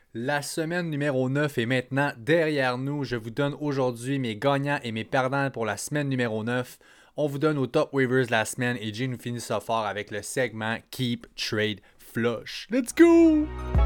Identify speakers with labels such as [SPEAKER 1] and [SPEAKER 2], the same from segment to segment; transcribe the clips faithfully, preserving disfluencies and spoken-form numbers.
[SPEAKER 1] La semaine numéro neuf est maintenant derrière nous. Je vous donne aujourd'hui mes gagnants et mes perdants pour la semaine numéro neuf. On vous donne au top waivers de la semaine et Jay nous finit ça fort avec le segment Keep Trade Flush. Let's go!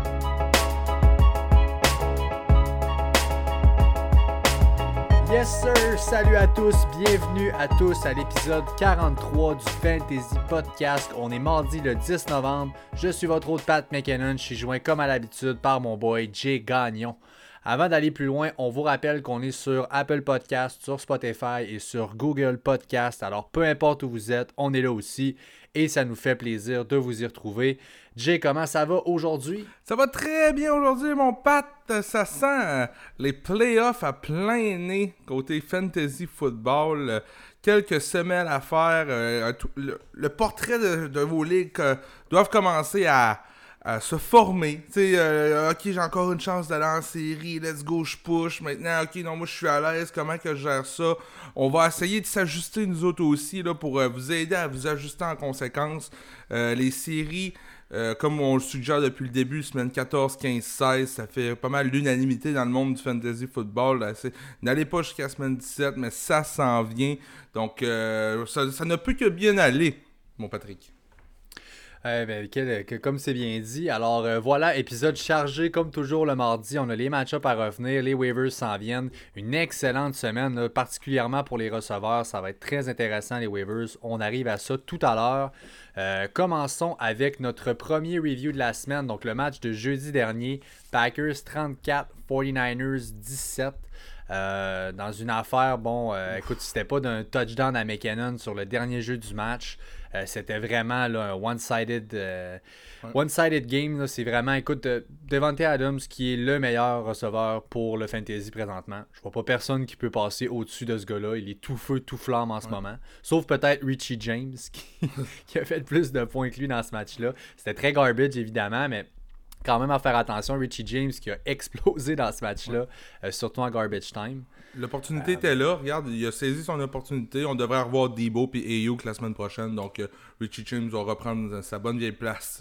[SPEAKER 1] Yes sir! Salut à tous, bienvenue à tous à l'épisode quarante-trois du Fantasy Podcast. On est mardi le dix novembre. Je suis votre hôte Pat McKinnon. Je suis joint comme à l'habitude par mon boy Jay Gagnon. Avant d'aller plus loin, on vous rappelle qu'on est sur Apple Podcast, sur Spotify et sur Google Podcast. Alors peu importe où vous êtes, on est là aussi et ça nous fait plaisir de vous y retrouver. Jay, comment ça va aujourd'hui?
[SPEAKER 2] Ça va très bien aujourd'hui, mon Pat. Ça sent euh, les playoffs à plein nez côté fantasy football. Euh, quelques semaines à faire. Euh, tout, le, le portrait de, de vos ligues euh, doivent commencer à, à se former. Tu sais, euh, ok, j'ai encore une chance d'aller en série. Let's go, je push. Maintenant, ok, non, moi je suis à l'aise. Comment que je gère ça? On va essayer de s'ajuster nous autres aussi là, pour euh, vous aider à vous ajuster en conséquence. Euh, les séries. Euh, comme on le suggère depuis le début, semaine quatorze, quinze, seize, ça fait pas mal l'unanimité dans le monde du fantasy football. Là, n'allez pas jusqu'à la semaine dix-sept, mais ça s'en vient. Donc, euh, ça, ça ne peut que bien aller, mon Patrick.
[SPEAKER 1] Euh, ben, quel, que, comme c'est bien dit. Alors euh, voilà, épisode chargé comme toujours le mardi. On a les match-ups à revenir, les waivers s'en viennent. Une excellente semaine, là, particulièrement pour les receveurs. Ça va être très intéressant les waivers. On arrive à ça tout à l'heure. Euh, commençons avec notre premier review de la semaine. Donc le match de jeudi dernier. Packers trente-quatre, forty-niners dix-sept. Euh, dans une affaire, bon, euh, écoute, c'était pas d'un touchdown à McKinnon sur le dernier jeu du match. Euh, c'était vraiment là, un one-sided, euh, ouais. one-sided game. Là, c'est vraiment, écoute, euh, Davante Adams qui est le meilleur receveur pour le fantasy présentement. Je vois pas personne qui peut passer au-dessus de ce gars-là. Il est tout feu, tout flamme en ce ouais. moment. Sauf peut-être Richie James qui, qui a fait plus de points que lui dans ce match-là. C'était très garbage évidemment, mais quand même à faire attention, Richie James qui a explosé dans ce match-là, ouais. euh, surtout en garbage time.
[SPEAKER 2] L'opportunité euh, était là. Regarde, il a saisi son opportunité. On devrait revoir Debo et Ayuk la semaine prochaine. Donc, euh, Richie James va reprendre sa bonne vieille place.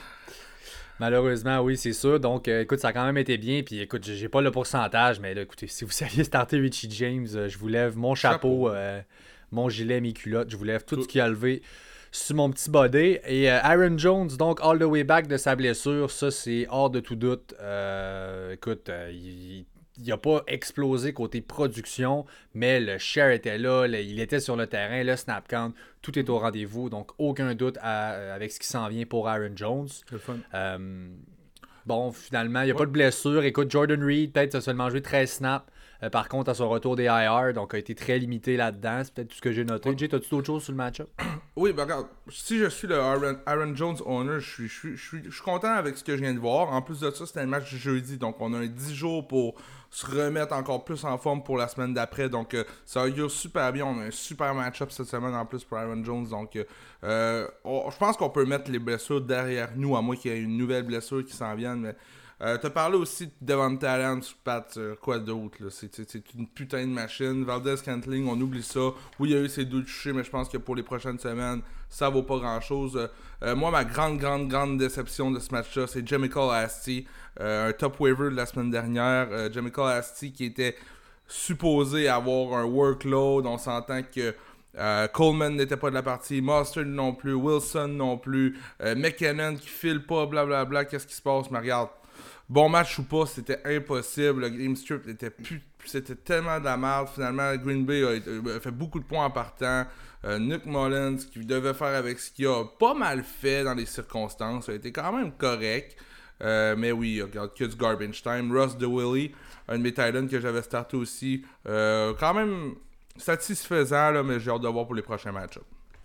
[SPEAKER 1] Malheureusement, oui, c'est sûr. Donc, euh, écoute, ça a quand même été bien. Puis, écoute, j'ai pas le pourcentage, mais là, écoutez, si vous saviez starter Richie James, euh, je vous lève mon chapeau, chapeau. Euh, mon gilet, mes culottes. Je vous lève tout, tout. ce qui a levé sur mon petit body. Et euh, Aaron Jones, donc, all the way back de sa blessure, ça, c'est hors de tout doute. Euh, écoute, euh, il, il n'a pas explosé côté production, mais le share était là, le, il était sur le terrain, le snap count, tout est au rendez-vous. Donc, aucun doute à, avec ce qui s'en vient pour Aaron Jones.
[SPEAKER 2] C'est fun.
[SPEAKER 1] Euh, bon, finalement, il n'y a ouais. pas de blessure. Écoute, Jordan Reed, peut-être, a seulement joué treize snaps. Euh, par contre, à son retour des I R, donc a été très limité là-dedans. C'est peut-être tout ce que j'ai noté. Ouais. Jay, as-tu d'autres choses sur le match-up?
[SPEAKER 2] Oui, ben regarde, si je suis le Aaron, Aaron Jones owner, je suis, je, suis, je, suis, je suis content avec ce que je viens de voir. En plus de ça, c'était un match de jeudi, donc on a un dix jours pour se remettre encore plus en forme pour la semaine d'après. Donc euh, ça augure super bien. On a un super match-up cette semaine en plus pour Aaron Jones. Donc euh, on, je pense qu'on peut mettre les blessures derrière nous, à moins qu'il y ait une nouvelle blessure qui s'en vienne, mais... Euh, t'as parlé aussi de Davante Adams, Pat, euh, quoi d'autre, là, c'est, c'est, c'est une putain de machine. Valdes-Scantling, on oublie ça. Oui, il y a eu ses deux touchés, mais je pense que pour les prochaines semaines, ça vaut pas grand-chose. Euh, euh, moi, ma grande, grande, grande déception de ce match-là, c'est Jamichael Hasty, euh, un top waiver de la semaine dernière. Euh, Jamichael Hasty qui était supposé avoir un workload, on s'entend que Euh, Coleman n'était pas de la partie, Mustard non plus, Wilson non plus, euh, McKinnon qui file pas, blablabla, bla, bla, qu'est-ce qui se passe, mais regarde, bon match ou pas, c'était impossible, le game script était plus, c'était tellement de la merde, finalement Green Bay a, a fait beaucoup de points en partant, euh, Nick Mullins qui devait faire avec ce qu'il a pas mal fait dans les circonstances, a été quand même correct, euh, mais oui, regarde, que du garbage time, Russ DeWilly, un de mes Titans que j'avais starté aussi, euh, quand même... satisfaisant, là, mais j'ai hâte de voir pour les prochains match-ups.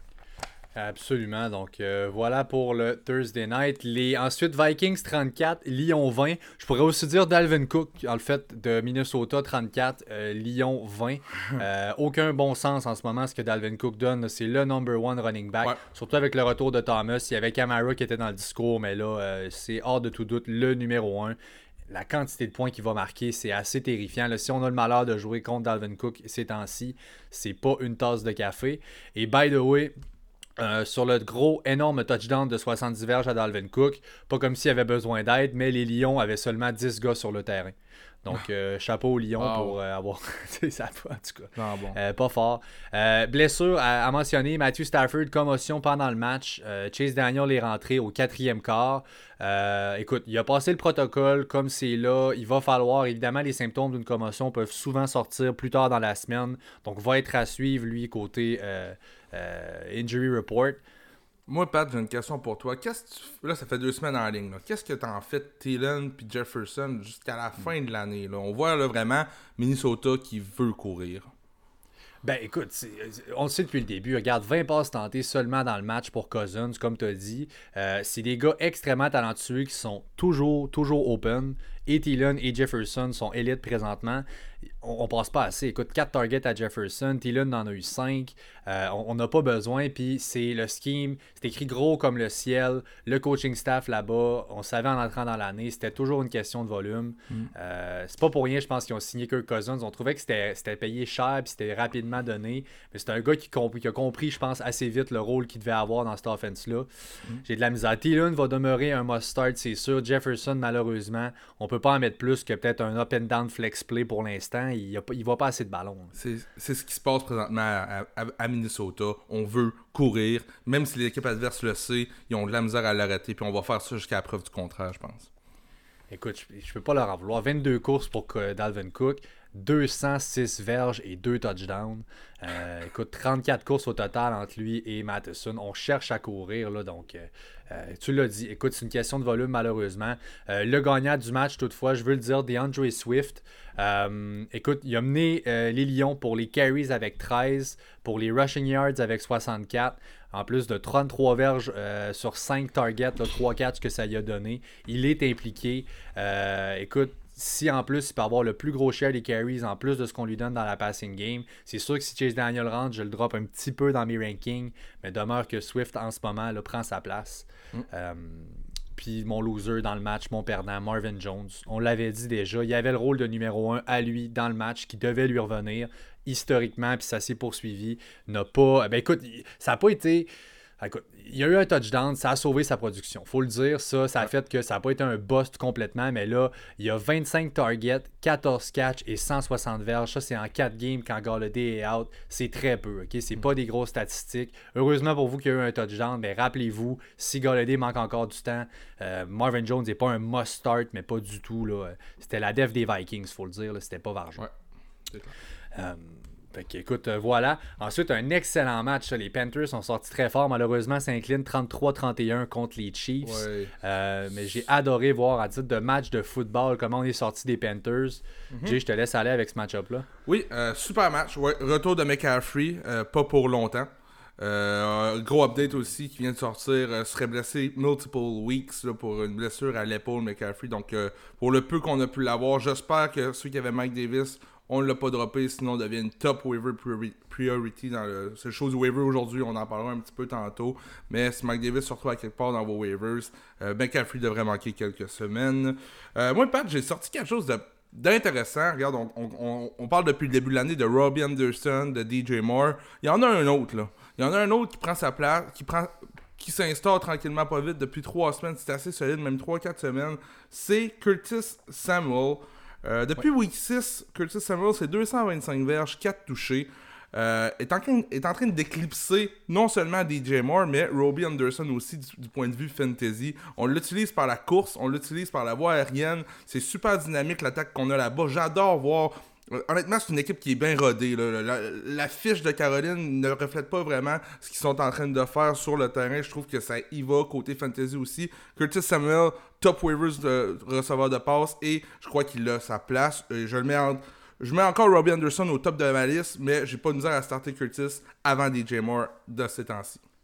[SPEAKER 1] Absolument. Donc, euh, voilà pour le Thursday Night. Les, ensuite, Vikings trente-quatre, Lyon vingt. Je pourrais aussi dire Dalvin Cook, en fait, de Minnesota trente-quatre, euh, Lyon vingt. Euh, aucun bon sens en ce moment, ce que Dalvin Cook donne. C'est le number one running back. Ouais. Surtout avec le retour de Thomas. Il y avait Kamara qui était dans le discours, mais là, euh, c'est hors de tout doute le numéro un. La quantité de points qu'il va marquer, c'est assez terrifiant. Là, si on a le malheur de jouer contre Dalvin Cook ces temps-ci, c'est pas une tasse de café. Et by the way, Euh, sur le gros, énorme touchdown de soixante-dix verges à Dalvin Cook. Pas comme s'il avait besoin d'aide, mais les Lions avaient seulement dix gars sur le terrain. Donc, euh, chapeau aux Lions wow. pour euh, avoir... ça en tout cas.
[SPEAKER 2] Non, bon.
[SPEAKER 1] euh, pas fort. Euh, blessure à, à mentionner, Matthew Stafford, commotion pendant le match. Euh, Chase Daniel est rentré au quatrième quart. Euh, écoute, il a passé le protocole comme c'est là. Il va falloir, évidemment, les symptômes d'une commotion peuvent souvent sortir plus tard dans la semaine. Donc, va être à suivre, lui, côté euh, euh, injury report.
[SPEAKER 2] Moi, Pat, j'ai une question pour toi. Qu'est-ce que tu... Là, ça fait deux semaines en ligne. Là. Qu'est-ce que t'en fais de Thielen puis Jefferson jusqu'à la fin de l'année? Là? On voit là, vraiment Minnesota qui veut courir.
[SPEAKER 1] Ben écoute, c'est, on le sait depuis le début. Regarde, vingt passes tentées seulement dans le match pour Cousins, comme tu as dit. Euh, c'est des gars extrêmement talentueux qui sont toujours, toujours open. Et Thielen et Jefferson sont élites présentement. On, on passe pas assez. Écoute, quatre targets à Jefferson. Thielen en a eu cinq. Euh, on n'a pas besoin. Puis c'est le scheme. C'est écrit gros comme le ciel. Le coaching staff là-bas, on savait en entrant dans l'année. C'était toujours une question de volume. Mm. Euh, c'est pas pour rien, je pense, qu'ils ont signé Kirk Cousins. On trouvait que c'était, c'était payé cher puis c'était rapidement donné. Mais c'est un gars qui, comp- qui a compris, je pense, assez vite le rôle qu'il devait avoir dans cette offense-là. Mm. J'ai de la misère. Thielen va demeurer un must-start, c'est sûr. Jefferson, malheureusement, on peut pas en mettre plus que peut-être un up-and-down flex play pour l'instant. Il ne voit pas assez de ballon.
[SPEAKER 2] C'est, c'est ce qui se passe présentement à, à, à Minnesota. On veut courir. Même si l'équipe adverse le sait, ils ont de la misère à l'arrêter. Puis on va faire ça jusqu'à la preuve du contraire, je pense.
[SPEAKER 1] Écoute, je ne peux pas leur en vouloir. vingt-deux courses pour Dalvin Cook, deux cent six verges et deux touchdowns. Euh, écoute, trente-quatre courses au total entre lui et Matheson. On cherche à courir, là, donc euh, euh, tu l'as dit. Écoute, c'est une question de volume, malheureusement. Euh, le gagnant du match, toutefois, je veux le dire, DeAndre Swift. Euh, écoute, il a mené euh, les Lions pour les carries avec treize, pour les rushing yards avec soixante-quatre, en plus de trente-trois verges euh, sur cinq targets, trois catchs que ça lui a donné. Il est impliqué. Euh, écoute, si en plus il peut avoir le plus gros share des carries en plus de ce qu'on lui donne dans la passing game, c'est sûr que si Chase Daniel rentre, je le drop un petit peu dans mes rankings, mais demeure que Swift en ce moment là, prend sa place. Mm. Euh, puis mon loser dans le match, mon perdant, Marvin Jones, on l'avait dit déjà, il avait le rôle de numéro un à lui dans le match qui devait lui revenir historiquement, puis ça s'est poursuivi. N'a pas. Ben écoute, ça n'a pas été. Écoute, il y a eu un touchdown, ça a sauvé sa production. Faut le dire, ça, ça a fait que ça n'a pas été un bust complètement, mais là, il y a vingt-cinq targets, quatorze catchs et cent soixante verges. Ça, c'est en quatre games quand Galladay est out. C'est très peu, ok? C'est pas des grosses statistiques. Heureusement pour vous qu'il y a eu un touchdown, mais rappelez-vous, si Galladay manque encore du temps, euh, Marvin Jones n'est pas un must-start, mais pas du tout, là. C'était la def des Vikings, faut le dire, là. C'était pas Varjon.
[SPEAKER 2] Ouais, c'est clair.
[SPEAKER 1] Euh, Fait que, écoute, euh, voilà. Ensuite, un excellent match. Les Panthers sont sortis très fort. Malheureusement, s'inclinent trente-trois trente et un contre les Chiefs.
[SPEAKER 2] Ouais.
[SPEAKER 1] Euh, mais j'ai adoré voir, à titre de match de football, comment on est sorti des Panthers. Mm-hmm. Jay, je te laisse aller avec ce match-up-là.
[SPEAKER 2] Oui, euh, super match. Ouais, retour de McCaffrey, euh, pas pour longtemps. Euh, gros update aussi qui vient de sortir. Euh, serait blessé multiple weeks là, pour une blessure à l'épaule, McCaffrey. Donc, euh, pour le peu qu'on a pu l'avoir, j'espère que ceux qui avaient Mike Davis, on ne l'a pas droppé, sinon on devient une top waiver priority dans le. C'est chose waiver aujourd'hui, on en parlera un petit peu tantôt. Mais si Mike Davis se retrouve à quelque part dans vos waivers, euh, McCaffrey devrait manquer quelques semaines. Euh, moi, Pat, j'ai sorti quelque chose de. d'intéressant. Regarde, on, on, on parle depuis le début de l'année de Robbie Anderson, de D J Moore. Il y en a un autre, là. Il y en a un autre qui prend sa place, qui prend qui s'instaure tranquillement pas vite depuis trois semaines. C'est assez solide, même trois quatre semaines. C'est Curtis Samuel. Euh, depuis ouais. Week six, Curtis Samuel, c'est deux cent vingt-cinq verges, quatre touchés. Euh, est, en train, est en train d'éclipser non seulement D J Moore, mais Robbie Anderson aussi du, du point de vue fantasy. On l'utilise par la course, on l'utilise par la voie aérienne. C'est super dynamique l'attaque qu'on a là-bas. J'adore voir. Honnêtement, c'est une équipe qui est bien rodée. Là. La, la fiche de Caroline ne reflète pas vraiment ce qu'ils sont en train de faire sur le terrain. Je trouve que ça y va côté fantasy aussi. Curtis Samuel, top waivers de receveur de passe, et je crois qu'il a sa place. Je le mets en... Je mets encore Robbie Anderson au top de ma liste, mais j'ai pas de misère à starter Curtis avant D J Moore de ces temps-ci.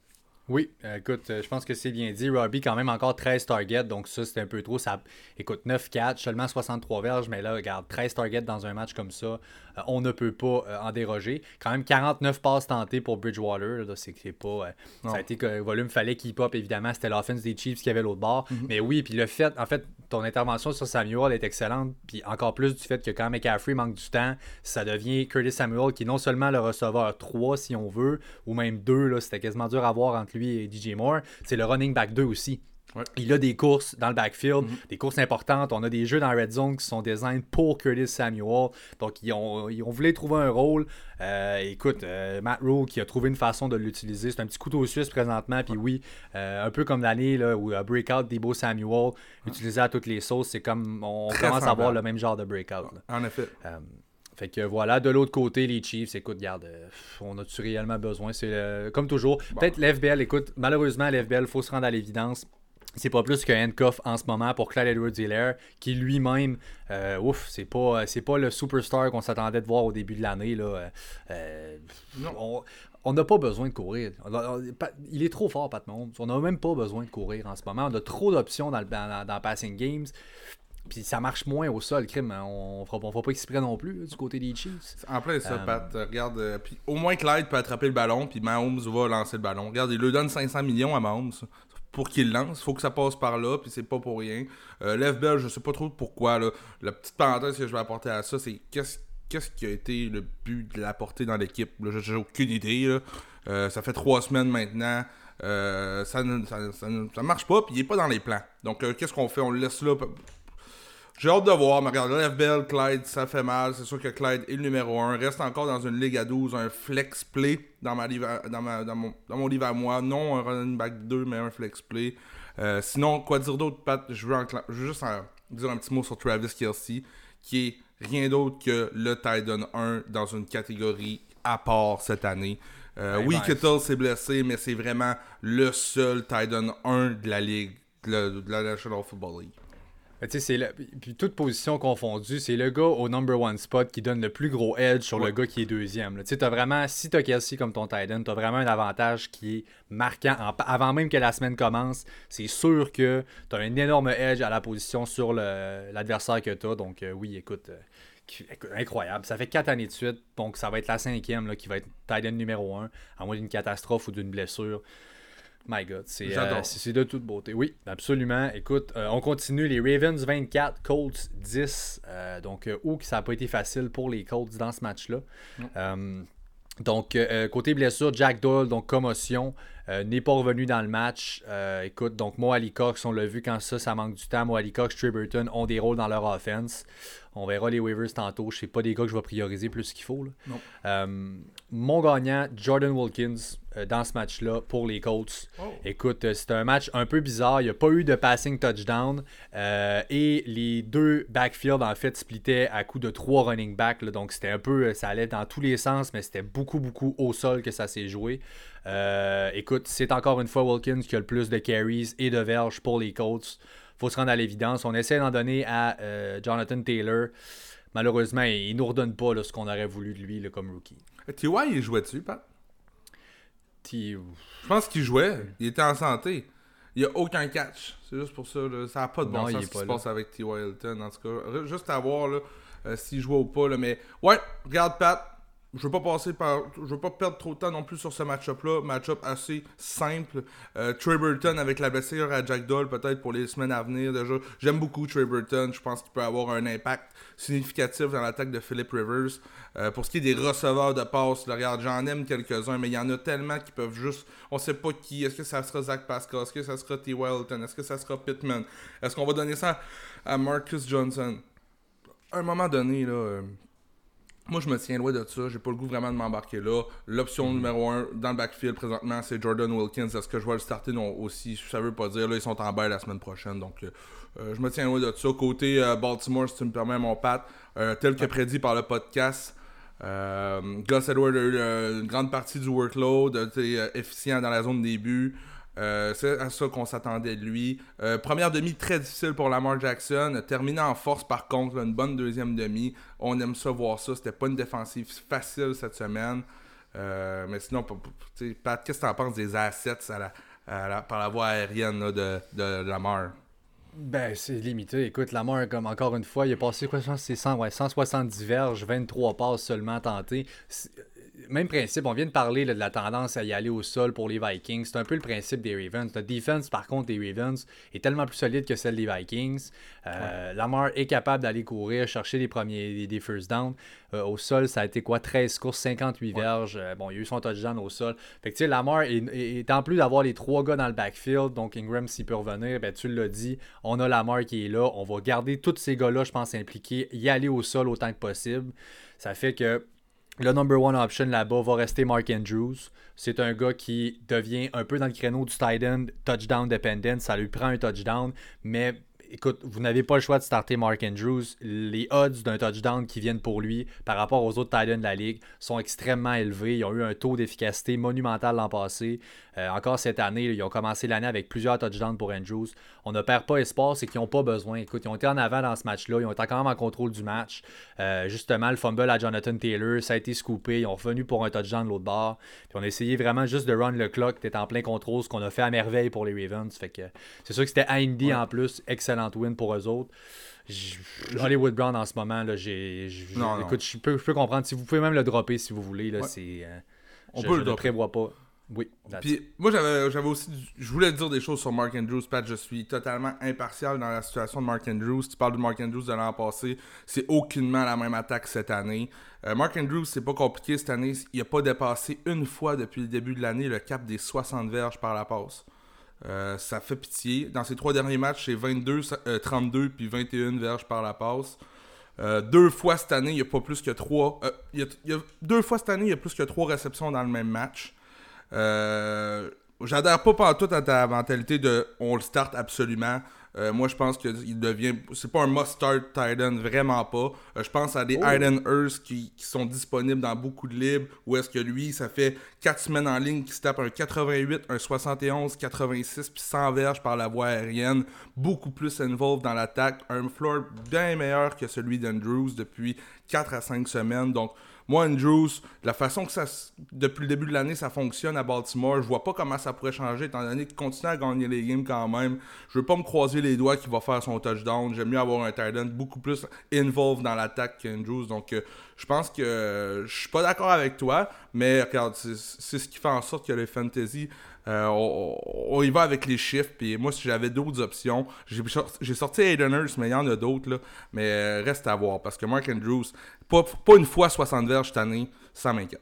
[SPEAKER 1] Oui, euh, écoute, euh, je pense que c'est bien dit. Robbie, quand même, encore treize targets, donc ça, c'est un peu trop. Ça, écoute, neuf catch, seulement soixante-trois verges, mais là, regarde, treize targets dans un match comme ça, euh, on ne peut pas euh, en déroger. Quand même, quarante-neuf passes tentées pour Bridgewater, là, c'est, c'est pas... euh, ça a été que le volume fallait keep up, évidemment, c'était l'offense des Chiefs qui avait l'autre bord.
[SPEAKER 2] Mm-hmm.
[SPEAKER 1] Mais oui, puis le fait, en fait, ton intervention sur Samuel est excellente, puis encore plus du fait que quand McCaffrey manque du temps, ça devient Curtis Samuel qui est non seulement le receveur trois, si on veut, ou même deux, là, c'était quasiment dur à voir entre lui et D J Moore, c'est le running back deux aussi.
[SPEAKER 2] Ouais.
[SPEAKER 1] Il a des courses dans le backfield,
[SPEAKER 2] mm-hmm.
[SPEAKER 1] des courses importantes. On a des jeux dans la red zone qui sont designed pour Curtis Samuel. Donc, ils ont, ils ont voulu trouver un rôle. Euh, écoute, euh, Matt Rule qui a trouvé une façon de l'utiliser. C'est un petit couteau suisse présentement. Puis oui, euh, un peu comme l'année là, où uh, Breakout Debo Samuel, ouais. utilisé à toutes les sauces, c'est comme on Très commence semblable. à avoir le même genre de breakout. Là.
[SPEAKER 2] En effet.
[SPEAKER 1] Euh, Fait que voilà, de l'autre côté, les Chiefs, écoute, regarde, euh, on a-tu réellement besoin? C'est euh, comme toujours. Bon. Peut-être l'F B L, écoute, malheureusement, l'F B L, il faut se rendre à l'évidence. C'est pas plus qu'un handcuff en ce moment pour Clyde Edwards-Helaire, qui lui-même, euh, ouf, c'est pas, c'est pas le superstar qu'on s'attendait de voir au début de l'année. Là. Euh, on, on n'a pas besoin de courir. Il est trop fort, Pat Mahomes. On n'a même pas besoin de courir en ce moment. On a trop d'options dans le dans, dans passing games. Puis ça marche moins au sol, crime. On ne fera, fera pas exprès non plus là, du côté des Chiefs.
[SPEAKER 2] En plein ça, um... Pat. Regarde, euh, puis au moins Clyde peut attraper le ballon, puis Mahomes va lancer le ballon. Regarde, il lui donne cinq cents millions à Mahomes pour qu'il lance. Il faut que ça passe par là, puis c'est pas pour rien. Euh, L'F B L, je sais pas trop pourquoi. Là. La petite parenthèse que je vais apporter à ça, c'est qu'est-ce, qu'est-ce qui a été le but de l'apporter dans l'équipe. Là, j'ai aucune idée. Là. Euh, ça fait trois semaines maintenant. Euh, ça, ne, ça, ça, ça marche pas, puis il est pas dans les plans. Donc, euh, qu'est-ce qu'on fait? On le laisse là... J'ai hâte de voir, mais regarde, l'F B L, Clyde, ça fait mal. C'est sûr que Clyde est le numéro un. Reste encore dans une ligue à douze, un flex play dans, ma livre à, dans, ma, dans, mon, dans mon livre à moi. Non un running back deux, mais un flex play. Euh, sinon, quoi dire d'autre, Pat? Je veux, en, je veux juste en, dire un petit mot sur Travis Kelce, qui est rien d'autre que le Titan un dans une catégorie à part cette année. Euh, oui, nice. Kittle s'est blessé, mais c'est vraiment le seul Titan un de la ligue, de la, de la National Football League.
[SPEAKER 1] Tu sais, c'est le... Puis toute position confondue, c'est le gars au number one spot qui donne le plus gros edge sur ouais. le gars qui est deuxième. Tu sais, t'as vraiment, si t'as Kelce comme ton tight end, t'as vraiment un avantage qui est marquant. En... Avant même que la semaine commence, c'est sûr que t'as un énorme edge à la position sur le... l'adversaire que t'as. Donc euh, oui, écoute, euh... écoute, incroyable. Ça fait quatre années de suite, donc ça va être la cinquième là, qui va être tight end numéro un, à moins d'une catastrophe ou d'une blessure. My God, c'est, euh, c'est, c'est de toute beauté. Oui, absolument. Écoute, euh, on continue. Les Ravens vingt-quatre, Colts dix. Euh, donc, euh, où ça n'a pas été facile pour les Colts dans ce match-là. Mm. Euh, donc, euh, côté blessure, Jack Doyle, donc commotion, euh, n'est pas revenu dans le match. Euh, écoute, donc Mo Alley-Cox, on l'a vu quand ça, ça manque du temps. Mo Alley-Cox, Trey Burton ont des rôles dans leur offense. On verra les waivers tantôt. Je ne sais pas des gars que je vais prioriser plus qu'il faut. Là.
[SPEAKER 2] Non.
[SPEAKER 1] Euh, mon gagnant, Jordan Wilkins, euh, dans ce match-là, pour les Colts. Oh. Écoute, euh, c'était un match un peu bizarre. Il n'y a pas eu de passing touchdown. Euh, et les deux backfields, en fait, splittaient à coup de trois running backs. Là, donc, c'était un peu... Ça allait dans tous les sens, mais c'était beaucoup, beaucoup au sol que ça s'est joué. Euh, écoute, c'est encore une fois Wilkins qui a le plus de carries et de verges pour les Colts. Faut se rendre à l'évidence. On essaie d'en donner à euh, Jonathan Taylor. Malheureusement, il ne nous redonne pas là, ce qu'on aurait voulu de lui là, comme rookie.
[SPEAKER 2] T Y, il jouait dessus, Pat?
[SPEAKER 1] T...
[SPEAKER 2] Je pense qu'il jouait. Il était en santé. Il n'y a aucun catch. C'est juste pour ça. Là. Ça n'a pas de bon non, sens ce qui se là. passe avec T Y Hilton. En tout cas, juste à voir là, euh, s'il jouait ou pas. Là. Mais ouais, regarde, Pat. Je veux pas passer par. Je veux pas perdre trop de temps non plus sur ce match-up-là. Match-up assez simple. Euh, Trey Burton avec la blessure à Jack Doyle, peut-être pour les semaines à venir déjà. J'aime beaucoup Trey Burton. Je pense qu'il peut avoir un impact significatif dans l'attaque de Philip Rivers. Euh, pour ce qui est des receveurs de passes, là, regarde, j'en aime quelques-uns, mais il y en a tellement qui peuvent juste. On sait pas qui. Est-ce que ça sera Zach Pascal? Est-ce que ça sera T Y Hilton? Est-ce que ça sera Pittman? Est-ce qu'on va donner ça à Marcus Johnson? À un moment donné, là. Euh, Moi, je me tiens loin de ça. J'ai pas le goût vraiment de m'embarquer là. L'option mm-hmm. numéro un dans le backfield présentement, c'est Jordan Wilkins. Est-ce que je vais le starter? Non, aussi. Ça veut pas dire. Là, ils sont en bail la semaine prochaine. Donc, euh, je me tiens loin de ça. Côté euh, Baltimore, si tu me permets, mon Pat, euh, tel que prédit par le podcast, euh, Gus Edwards a eu euh, une grande partie du workload, a été euh, efficient dans la zone des buts. Euh, c'est à ça qu'on s'attendait de lui. Euh, première demi très difficile pour Lamar Jackson. Terminé en force par contre, là, une bonne deuxième demi. On aime ça voir ça. C'était pas une défensive facile cette semaine. Euh, mais sinon, tu sais, Pat, qu'est-ce que tu en penses des assets à la, à la, par la voie aérienne là, de, de, de Lamar?
[SPEAKER 1] Ben, c'est limité. Écoute, Lamar, comme encore une fois, il a passé quoi, je pense que c'est cent, ouais, cent soixante-dix verges, vingt-trois passes seulement tentées. C'est- Même principe, on vient de parler là, de la tendance à y aller au sol pour les Vikings. C'est un peu le principe des Ravens. La defense, par contre, des Ravens est tellement plus solide que celle des Vikings. Euh, Lamar est capable d'aller courir, chercher les premiers des, des first downs. Euh, au sol, ça a été quoi? treize courses, cinquante-huit
[SPEAKER 2] Ouais.
[SPEAKER 1] verges. Euh, bon, il y a eu son touchdown au sol. Fait que tu sais, Lamar, est, est- est- en plus d'avoir les trois gars dans le backfield, donc Ingram s'il peut revenir, ben tu l'as dit, on a Lamar qui est là. On va garder tous ces gars-là, je pense, impliqués, y aller au sol autant que possible. Ça fait que le number one option là-bas va rester Mark Andrews. C'est un gars qui devient un peu dans le créneau du tight end, touchdown dependent. Ça lui prend un touchdown, mais écoute, vous n'avez pas le choix de starter Mark Andrews. Les odds d'un touchdown qui viennent pour lui par rapport aux autres tight ends de la ligue sont extrêmement élevés. Ils ont eu un taux d'efficacité monumental l'an passé. Euh, encore cette année, ils ont commencé l'année avec plusieurs touchdowns pour Andrews. On ne perd pas espoir, c'est qu'ils n'ont pas besoin. Écoute, ils ont été en avant dans ce match-là. Ils ont été quand même en contrôle du match. Euh, justement, le fumble à Jonathan Taylor, ça a été scoopé. Ils ont revenu pour un touchdown de l'autre bord. Puis on a essayé vraiment juste de run le clock, d'être en plein contrôle, ce qu'on a fait à merveille pour les Ravens. Fait que c'est sûr que c'était Indy
[SPEAKER 2] Ouais.
[SPEAKER 1] en plus. Excellent win pour eux autres. J- Hollywood Brown en ce moment, là, j'ai, j'ai-
[SPEAKER 2] Non, non.
[SPEAKER 1] écoute, je peux, je peux comprendre. Si vous pouvez même le dropper si vous voulez. Là,
[SPEAKER 2] Ouais.
[SPEAKER 1] c'est, euh,
[SPEAKER 2] On
[SPEAKER 1] je
[SPEAKER 2] peut
[SPEAKER 1] je
[SPEAKER 2] le
[SPEAKER 1] ne
[SPEAKER 2] dropper.
[SPEAKER 1] prévois pas. Oui, that's it.
[SPEAKER 2] Puis moi j'avais j'avais aussi du- je voulais dire des choses sur Mark Andrews, Pat. Je suis totalement impartial dans la situation de Mark Andrews. Tu parles de Mark Andrews de l'an passé, c'est aucunement la même attaque cette année. Euh, Mark Andrews, c'est pas compliqué cette année, il a pas dépassé une fois depuis le début de l'année le cap des soixante verges par la passe. Euh, ça fait pitié. Dans ses trois derniers matchs, c'est vingt-deux, euh, trente-deux puis vingt et un verges par la passe. Euh, deux fois cette année, il y a pas plus que trois. Euh, il y a, il y a- deux fois cette année, il y a plus que trois réceptions dans le même match. Euh, J'adhère pas pantoute à ta mentalité de on le start absolument. Euh, moi, je pense qu'il devient. C'est pas un must-start tight end, vraiment pas. Euh, je pense à des
[SPEAKER 1] Oh.
[SPEAKER 2] Hayden Hurst qui, qui sont disponibles dans beaucoup de libres. Où est-ce que lui, ça fait quatre semaines en ligne qu'il se tape un quatre-vingt-huit, un soixante et onze, quatre-vingt-six, puis cent verges par la voie aérienne. Beaucoup plus involved dans l'attaque. Un floor bien meilleur que celui d'Andrews depuis quatre à cinq semaines. Donc, moi, Andrews, la façon que ça, depuis le début de l'année, ça fonctionne à Baltimore, je vois pas comment ça pourrait changer, étant donné qu'il continue à gagner les games quand même. Je veux pas me croiser les doigts qu'il va faire son touchdown. J'aime mieux avoir un tight end beaucoup plus involved dans l'attaque qu'Andrews. Donc, euh, je pense que euh, je suis pas d'accord avec toi, mais regarde, c'est, c'est ce qui fait en sorte que le fantasy, euh, on, on y va avec les chiffres. Puis moi, si j'avais d'autres options, j'ai, j'ai sorti Hayden Hurst, mais il y en a d'autres, là. Mais euh, reste à voir, parce que Mark Andrews, pas, pas une fois soixante verges cette année, ça m'inquiète.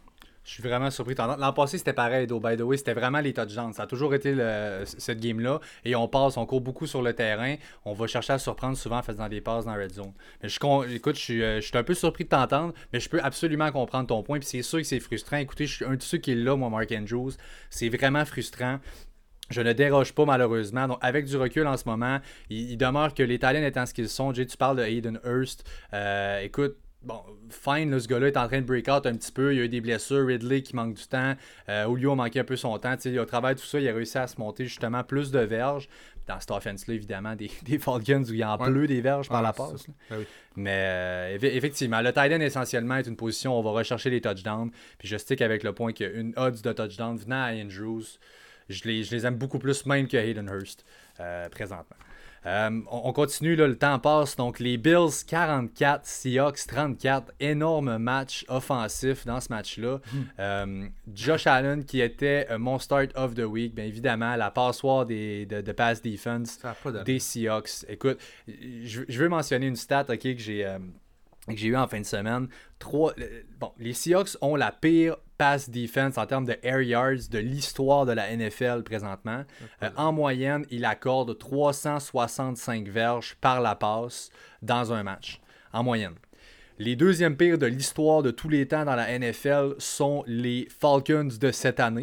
[SPEAKER 1] Je suis vraiment surpris. L'an passé, c'était pareil, though, by the way. C'était vraiment les touchdowns. Ça a toujours été le- cette game-là. Et on passe, on court beaucoup sur le terrain. On va chercher à surprendre souvent en faisant des passes dans la red zone. Mais je, con- écoute, je suis, euh, je suis un peu surpris de t'entendre, mais je peux absolument comprendre ton point. Puis c'est sûr que c'est frustrant. Écoutez, je suis un de ceux qui est là, moi, Mark Andrews. C'est vraiment frustrant. Je ne déroge pas malheureusement. Donc, avec du recul en ce moment, il, il demeure que les talents étant ce qu'ils sont. Jay, tu parles de Hayden Hurst. Euh, écoute, bon, fine, là, ce gars-là est en train de break out un petit peu. Il y a eu des blessures. Ridley qui manque du temps. Euh, Julio a manqué un peu son temps. T'sais, au travers de tout ça, il a réussi à se monter justement plus de verges. Dans cette offense-là, évidemment, des, des Falcons où il en
[SPEAKER 2] Ouais.
[SPEAKER 1] pleut des verges par
[SPEAKER 2] Ah,
[SPEAKER 1] la
[SPEAKER 2] c'est
[SPEAKER 1] passe.
[SPEAKER 2] ça. Ah oui.
[SPEAKER 1] Mais euh, eff- effectivement, le tight end essentiellement est une position où on va rechercher les touchdowns. Puis je stick avec le point qu'une odds de touchdown venant à Andrews, je les, je les aime beaucoup plus même que Hayden Hurst euh, présentement. Euh, on, on continue, là, le temps passe. Donc, les Bills quarante-quatre, Seahawks trente-quatre. Énorme match offensif dans ce match-là. Euh, Josh Allen, qui était euh, mon start of the week, bien évidemment, la passoire des, de, de pass defense
[SPEAKER 2] Ça a pas d'allure.
[SPEAKER 1] des Seahawks. Écoute, je, je veux mentionner une stat ok, que j'ai euh, que j'ai eu en fin de semaine. Trois, euh, bon, les Seahawks ont la pire pass defense en termes de air yards de l'histoire de la N F L présentement. Euh, en moyenne, il accorde trois cent soixante-cinq verges par la passe dans un match. En moyenne. Les deuxièmes pires de l'histoire de tous les temps dans la N F L sont les Falcons de cette année.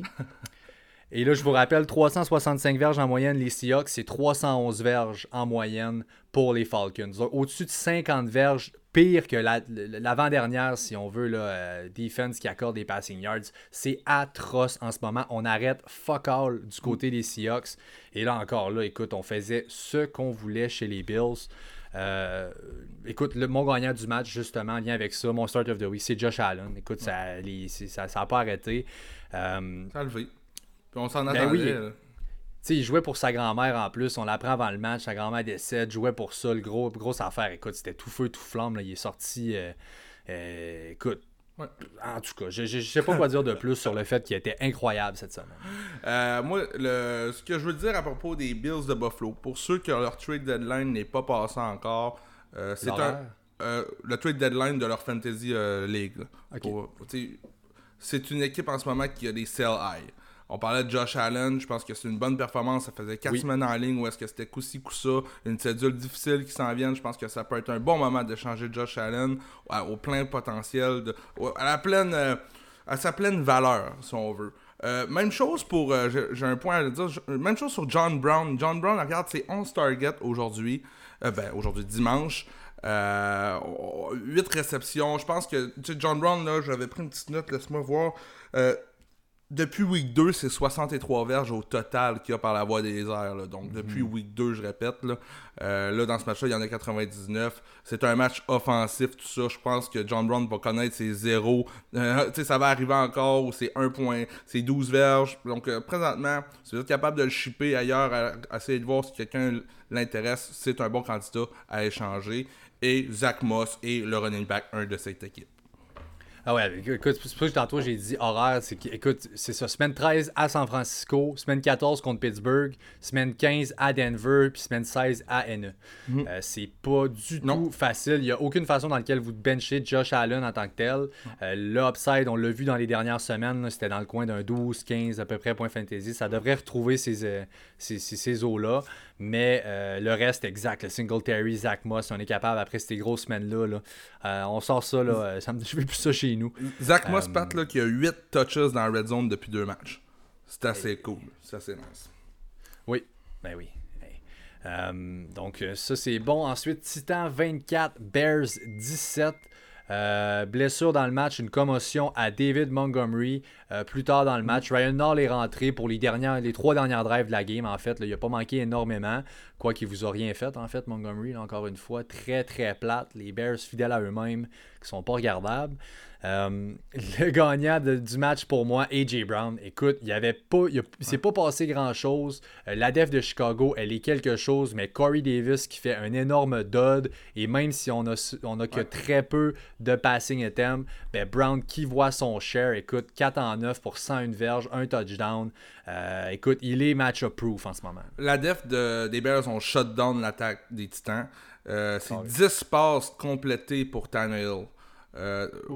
[SPEAKER 1] Et là, je vous rappelle, trois cent soixante-cinq verges en moyenne, les Seahawks, c'est trois cent onze verges en moyenne pour les Falcons. Donc, au-dessus de cinquante verges, pire que la, l'avant-dernière, si on veut, là, euh, defense qui accorde des passing yards. C'est atroce en ce moment. On arrête fuck all du côté des Seahawks. Et là, encore là, écoute, on faisait ce qu'on voulait chez les Bills. Euh, écoute, le, mon gagnant du match, justement, en lien avec ça, mon start of the week, c'est Josh Allen. Écoute, ça n'a ça, ça pas arrêté. Euh,
[SPEAKER 2] ça a levé. Puis on s'en
[SPEAKER 1] ben
[SPEAKER 2] attendait.
[SPEAKER 1] oui, tu sais, il jouait pour sa grand-mère en plus. On l'apprend avant le match. Sa grand-mère décède. Jouait pour ça. Le gros, grosse affaire. Écoute, c'était tout feu, tout flamme. Là. Il est sorti. Euh, euh, écoute.
[SPEAKER 2] Ouais.
[SPEAKER 1] En tout cas, je ne sais pas quoi dire de plus sur le fait qu'il était incroyable cette semaine.
[SPEAKER 2] Euh, moi, le, ce que je veux dire à propos des Bills de Buffalo, pour ceux que leur trade deadline n'est pas passé encore, euh, c'est un, euh, le trade deadline de leur Fantasy euh, League.
[SPEAKER 1] Okay.
[SPEAKER 2] Pour, c'est une équipe en ce moment qui a des sell high. On parlait de Josh Allen, je pense que c'est une bonne performance. Ça faisait quatre oui. semaines en ligne où est-ce que c'était coup-ci, coup-ça, une cédule difficile qui s'en vient. Je pense que ça peut être un bon moment de changer Josh Allen à, au plein potentiel, de, à, la pleine, euh, à sa pleine valeur, si on veut. Euh, même chose pour, euh, j'ai, j'ai un point à dire, même chose sur John Brown. John Brown, regarde, c'est onze targets aujourd'hui, euh, ben aujourd'hui dimanche. Euh, huit réceptions. Je pense que, tu sais, John Brown, là, j'avais pris une petite note, laisse-moi voir. Euh, Depuis week deux, c'est soixante-trois verges au total qu'il y a par la voie des airs. Là. Donc, mm-hmm. depuis week deux, je répète. Là, euh, là, dans ce match-là, il y en a quatre-vingt-dix-neuf. C'est un match offensif, tout ça. Je pense que John Brown va connaître ses zéros. Euh, ça va arriver encore où c'est un point, c'est douze verges. Donc, euh, présentement, si vous êtes capable de le shipper ailleurs, à, à essayer de voir si quelqu'un l'intéresse, c'est un bon candidat à échanger. Et Zach Moss est le running back un de cette équipe.
[SPEAKER 1] Ah ouais, écoute, c'est pour ça que tantôt j'ai dit horaire, c'est que, écoute, c'est ça, semaine treize à San Francisco, semaine quatorze contre Pittsburgh, semaine quinze à Denver, puis semaine seize à N E. Mm. Euh, c'est pas du non. tout facile, il n'y a aucune façon dans laquelle vous benchez Josh Allen en tant que tel. Euh, le upside, on l'a vu dans les dernières semaines, là, c'était dans le coin d'un douze quinze à peu près point fantasy, ça devrait retrouver ces, euh, ces, ces, ces eaux-là. Mais euh, le reste, exact. Le Singletary, Zach Moss, on est capable, après ces grosses semaines-là, là, euh, on sort ça, là, ça me, je ne veux plus ça chez nous.
[SPEAKER 2] Zach Moss, euh, Pat, là, qui a huit touches dans la red zone depuis deux matchs. C'est assez hey. cool. C'est assez nice.
[SPEAKER 1] Oui, ben oui. Hey. Euh, donc, ça, c'est bon. Ensuite, Titan vingt-quatre, Bears dix-sept. Euh, blessure dans le match, une commotion à David Montgomery euh, plus tard dans le match. Ryan Nall est rentré pour les dernières, les trois dernières drives de la game en fait. Là, il n'a pas manqué énormément, quoi qu'il vous a rien fait en fait Montgomery, là, encore une fois, très très plate. Les Bears fidèles à eux-mêmes qui sont pas regardables. Euh, le gagnant de, du match pour moi, A J Brown. Écoute, il y avait pas, il, a, il s'est pas passé grand-chose. Euh, la def de Chicago, elle est quelque chose, mais Corey Davis qui fait un énorme dud, et même si on a, on a que ouais. très peu de passing attempt, ben Brown qui voit son share, écoute, quatre en neuf pour cent un verge, un touchdown. Euh, écoute, il est match-up proof en ce moment.
[SPEAKER 2] La def de, des Bears ont shut down l'attaque des Titans. Euh, c'est oh, oui. dix passes complétées pour Tannehill. Euh, euh,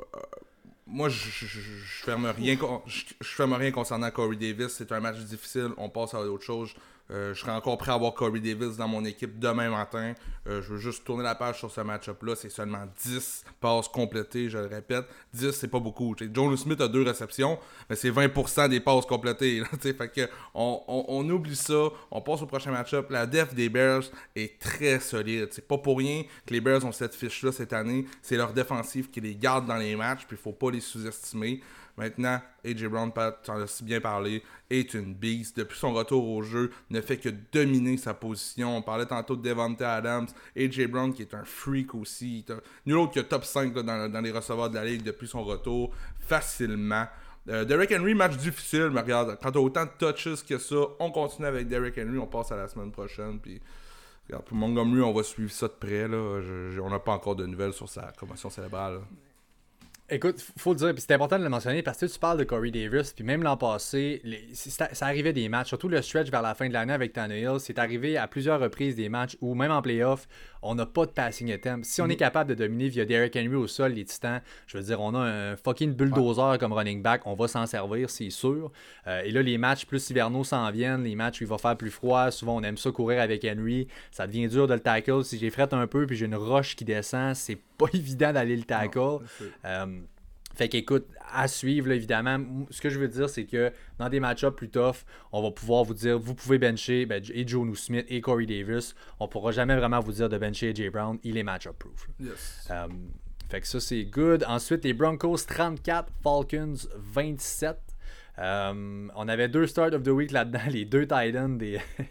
[SPEAKER 2] moi, je, je, je, je ferme rien, je, je ferme rien concernant Corey Davis. C'est un match difficile. On passe à autre chose. Euh, je serais encore prêt à avoir Corey Davis dans mon équipe demain matin. Euh, je veux juste tourner la page sur ce match-up-là. C'est seulement dix passes complétées, je le répète. dix, c'est pas beaucoup. T'sais, Jonnu Smith a deux réceptions, mais c'est vingt pour cent des passes complétées. Là, fait que on, on, on oublie ça. On passe au prochain match-up. La def des Bears est très solide. C'est pas pour rien que les Bears ont cette fiche-là cette année. C'est leur défensive qui les garde dans les matchs, puis il faut pas les sous-estimer. Maintenant, A J Brown, Pat, tu en as si bien parlé, est une beast. Depuis son retour au jeu, ne fait que dominer sa position. On parlait tantôt de Devontae Adams. A J Brown qui est un freak aussi. Nul autre que top cinq là, dans, dans les receveurs de la ligue depuis son retour, facilement. Euh, Derrick Henry, match difficile, mais regarde, quand tu as autant de touches que ça, on continue avec Derrick Henry, on passe à la semaine prochaine. Puis, regarde, pour Montgomery, on va suivre ça de près. Là. Je, je, on n'a pas encore de nouvelles sur sa commotion cérébrale. Là.
[SPEAKER 1] Écoute, faut le dire, puis c'est important de le mentionner parce que tu parles de Corey Davis, puis même l'an passé, les, ça, ça arrivait des matchs, surtout le stretch vers la fin de l'année avec Tannehill, c'est arrivé à plusieurs reprises des matchs où même en playoff, on n'a pas de passing attempt. Si on est capable de dominer via Derrick Henry au sol, les Titans, je veux dire, on a un fucking bulldozer ouais. comme running back, on va s'en servir, c'est sûr. Euh, et là, les matchs plus hivernaux s'en viennent, les matchs où il va faire plus froid, souvent on aime ça courir avec Henry, ça devient dur de le tackle. Si j'ai frette un peu puis j'ai une roche qui descend, c'est pas évident d'aller le tackle. Non, euh, fait qu'écoute, à suivre, là, évidemment. Ce que je veux dire, c'est que dans des match-ups plus tough, on va pouvoir vous dire, vous pouvez bencher ben, et Jonnu Smith et Corey Davis. On pourra jamais vraiment vous dire de bencher A J Brown. Il est match-up proof.
[SPEAKER 2] Yes.
[SPEAKER 1] Um, fait que ça, c'est good. Ensuite, les Broncos trente-quatre, Falcons vingt-sept. Um, on avait deux start of the week là-dedans, les deux tight ends des...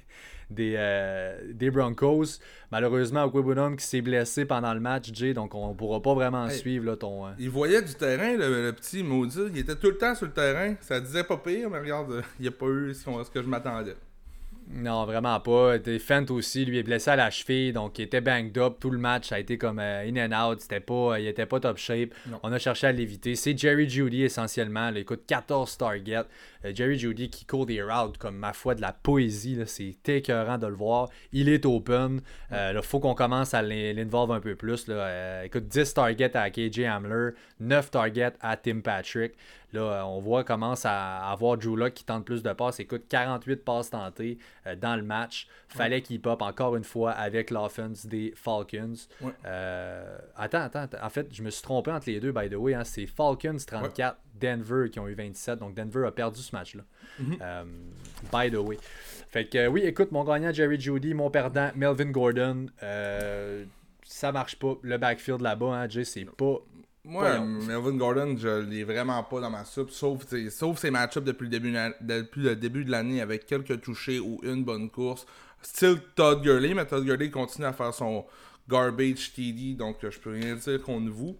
[SPEAKER 1] des, euh, des Broncos. Malheureusement, Okwebunam qui s'est blessé pendant le match, Jay, donc on pourra pas vraiment hey, suivre là, ton... Euh...
[SPEAKER 2] Il voyait du terrain, le, le petit maudit. Il était tout le temps sur le terrain. Ça disait pas pire, mais regarde, il n'y a pas eu ce, ce que je m'attendais.
[SPEAKER 1] Non, vraiment pas. Fent aussi, lui, est blessé à la cheville, donc il était banged up. Tout le match, ça a été comme euh, in and out. C'était pas, il était pas top shape. Non. On a cherché à l'éviter. C'est Jerry Jeudy essentiellement. Là, écoute, quatorze targets. Euh, Jerry Jeudy qui court des routes comme, ma foi, de la poésie. Là, c'est écœurant de le voir. Il est open. Euh, là, faut qu'on commence à l'involve un peu plus. Là. Euh, écoute, dix targets à K J Hamler, neuf targets à Tim Patrick. Là, on voit commence à avoir Drew Lock qui tente plus de passes. Écoute, quarante-huit passes tentées euh, dans le match. Fallait ouais. qu'il pop encore une fois avec l'offense des Falcons. Ouais. Euh, attends, attends, attends. En fait, je me suis trompé entre les deux, by the way. Hein. C'est Falcons trente-quatre, ouais. Denver qui ont eu vingt-sept. Donc, Denver a perdu ce match-là. Mm-hmm. euh, by the way. Fait que, euh, oui, écoute, mon gagnant, Jerry Jeudy. Mon perdant, Melvin Gordon. Euh, ça marche pas. Le backfield là-bas, hein, Jay, c'est pas...
[SPEAKER 2] Moi, Melvin Gordon, je l'ai vraiment pas dans ma soupe, sauf, sauf ses match-ups depuis le début, depuis le début de l'année avec quelques touchés ou une bonne course. Style Todd Gurley, mais Todd Gurley continue à faire son garbage T D, donc je peux rien dire contre vous.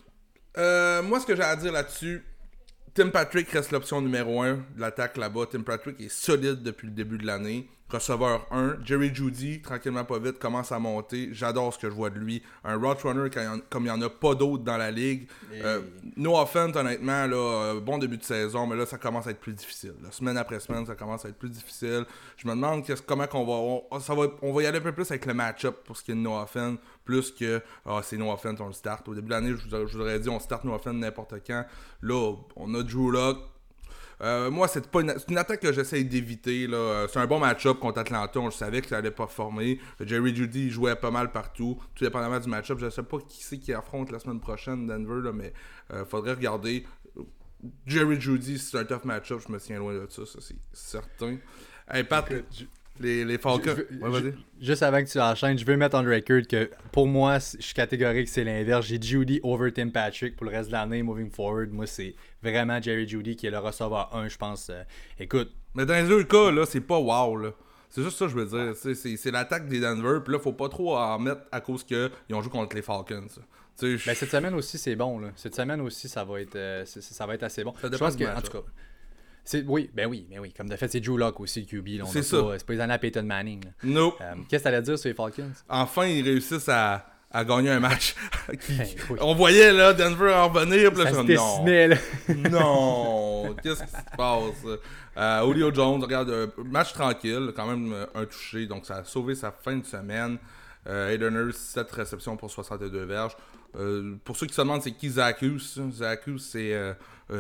[SPEAKER 2] Euh, moi, ce que j'ai à dire là-dessus, Tim Patrick reste l'option numéro un de l'attaque là-bas. Tim Patrick est solide depuis le début de l'année. Receveur un. Jerry Jeudy, tranquillement pas vite, commence à monter. J'adore ce que je vois de lui. Un route runner comme il n'y en a pas d'autres dans la ligue. Et... Euh, no offense, honnêtement, là, euh, bon début de saison, mais là, ça commence à être plus difficile. Là. Semaine après semaine, ça commence à être plus difficile. Je me demande comment qu'on va on, ça va... on va y aller un peu plus avec le match-up pour ce qui est de no offense, plus que ah, c'est no offense, on le start. Au début de l'année, je vous, je vous aurais dit on start no offense n'importe quand. Là, on a Drew Lock. Euh, moi, c'est pas une, c'est une attaque que j'essaie d'éviter. Là. C'est un bon match-up contre Atlanta. On savait que ça allait pas former. Jerry Jeudy jouait pas mal partout. Tout dépendamment du match-up. Je sais pas qui c'est qui affronte la semaine prochaine Denver, là, mais euh, faudrait regarder. Jerry Jeudy, c'est un tough match-up. Je me tiens loin de ça, ça c'est certain. Hey, Pat, les, les Falcons.
[SPEAKER 1] Je, je, ouais, je, juste avant que tu enchaînes, je veux mettre on record que pour moi, je suis catégorique, c'est l'inverse. J'ai Jeudy over Tim Patrick pour le reste de l'année, moving forward. Moi, c'est vraiment Jerry Jeudy qui est le receveur un, je pense. Euh, écoute.
[SPEAKER 2] Mais dans les deux cas, là, c'est pas wow, là. C'est juste ça que je veux dire. C'est, c'est, c'est l'attaque des Denver, puis là, faut pas trop en mettre à cause qu'ils ont joué contre les Falcons.
[SPEAKER 1] Ben, cette semaine aussi, c'est bon. Là. Cette semaine aussi, ça va être, euh, ça va être assez bon. Ça je pense que, en tout cas. C'est, oui, ben oui, ben oui. Comme de fait, c'est Drew Lock aussi, le Q B. Là,
[SPEAKER 2] c'est ça.
[SPEAKER 1] Pas, c'est pas les années à Peyton Manning. Là.
[SPEAKER 2] Nope.
[SPEAKER 1] Euh, qu'est-ce que t'allais dire sur les Falcons?
[SPEAKER 2] Enfin, ils réussissent à, à gagner un match. qui, ben, oui. On voyait là Denver en revenir. Puis là,
[SPEAKER 1] ça
[SPEAKER 2] je
[SPEAKER 1] se dessinait,
[SPEAKER 2] non.
[SPEAKER 1] là.
[SPEAKER 2] non. Qu'est-ce qui se passe? Euh, Julio Jones, regarde, euh, match tranquille. Quand même euh, un touché. Donc, ça a sauvé sa fin de semaine. Euh, Hayden Hurst, sept réceptions pour soixante-deux verges. Euh, pour ceux qui se demandent c'est qui Zacchaeus, Zacchaeus c'est euh,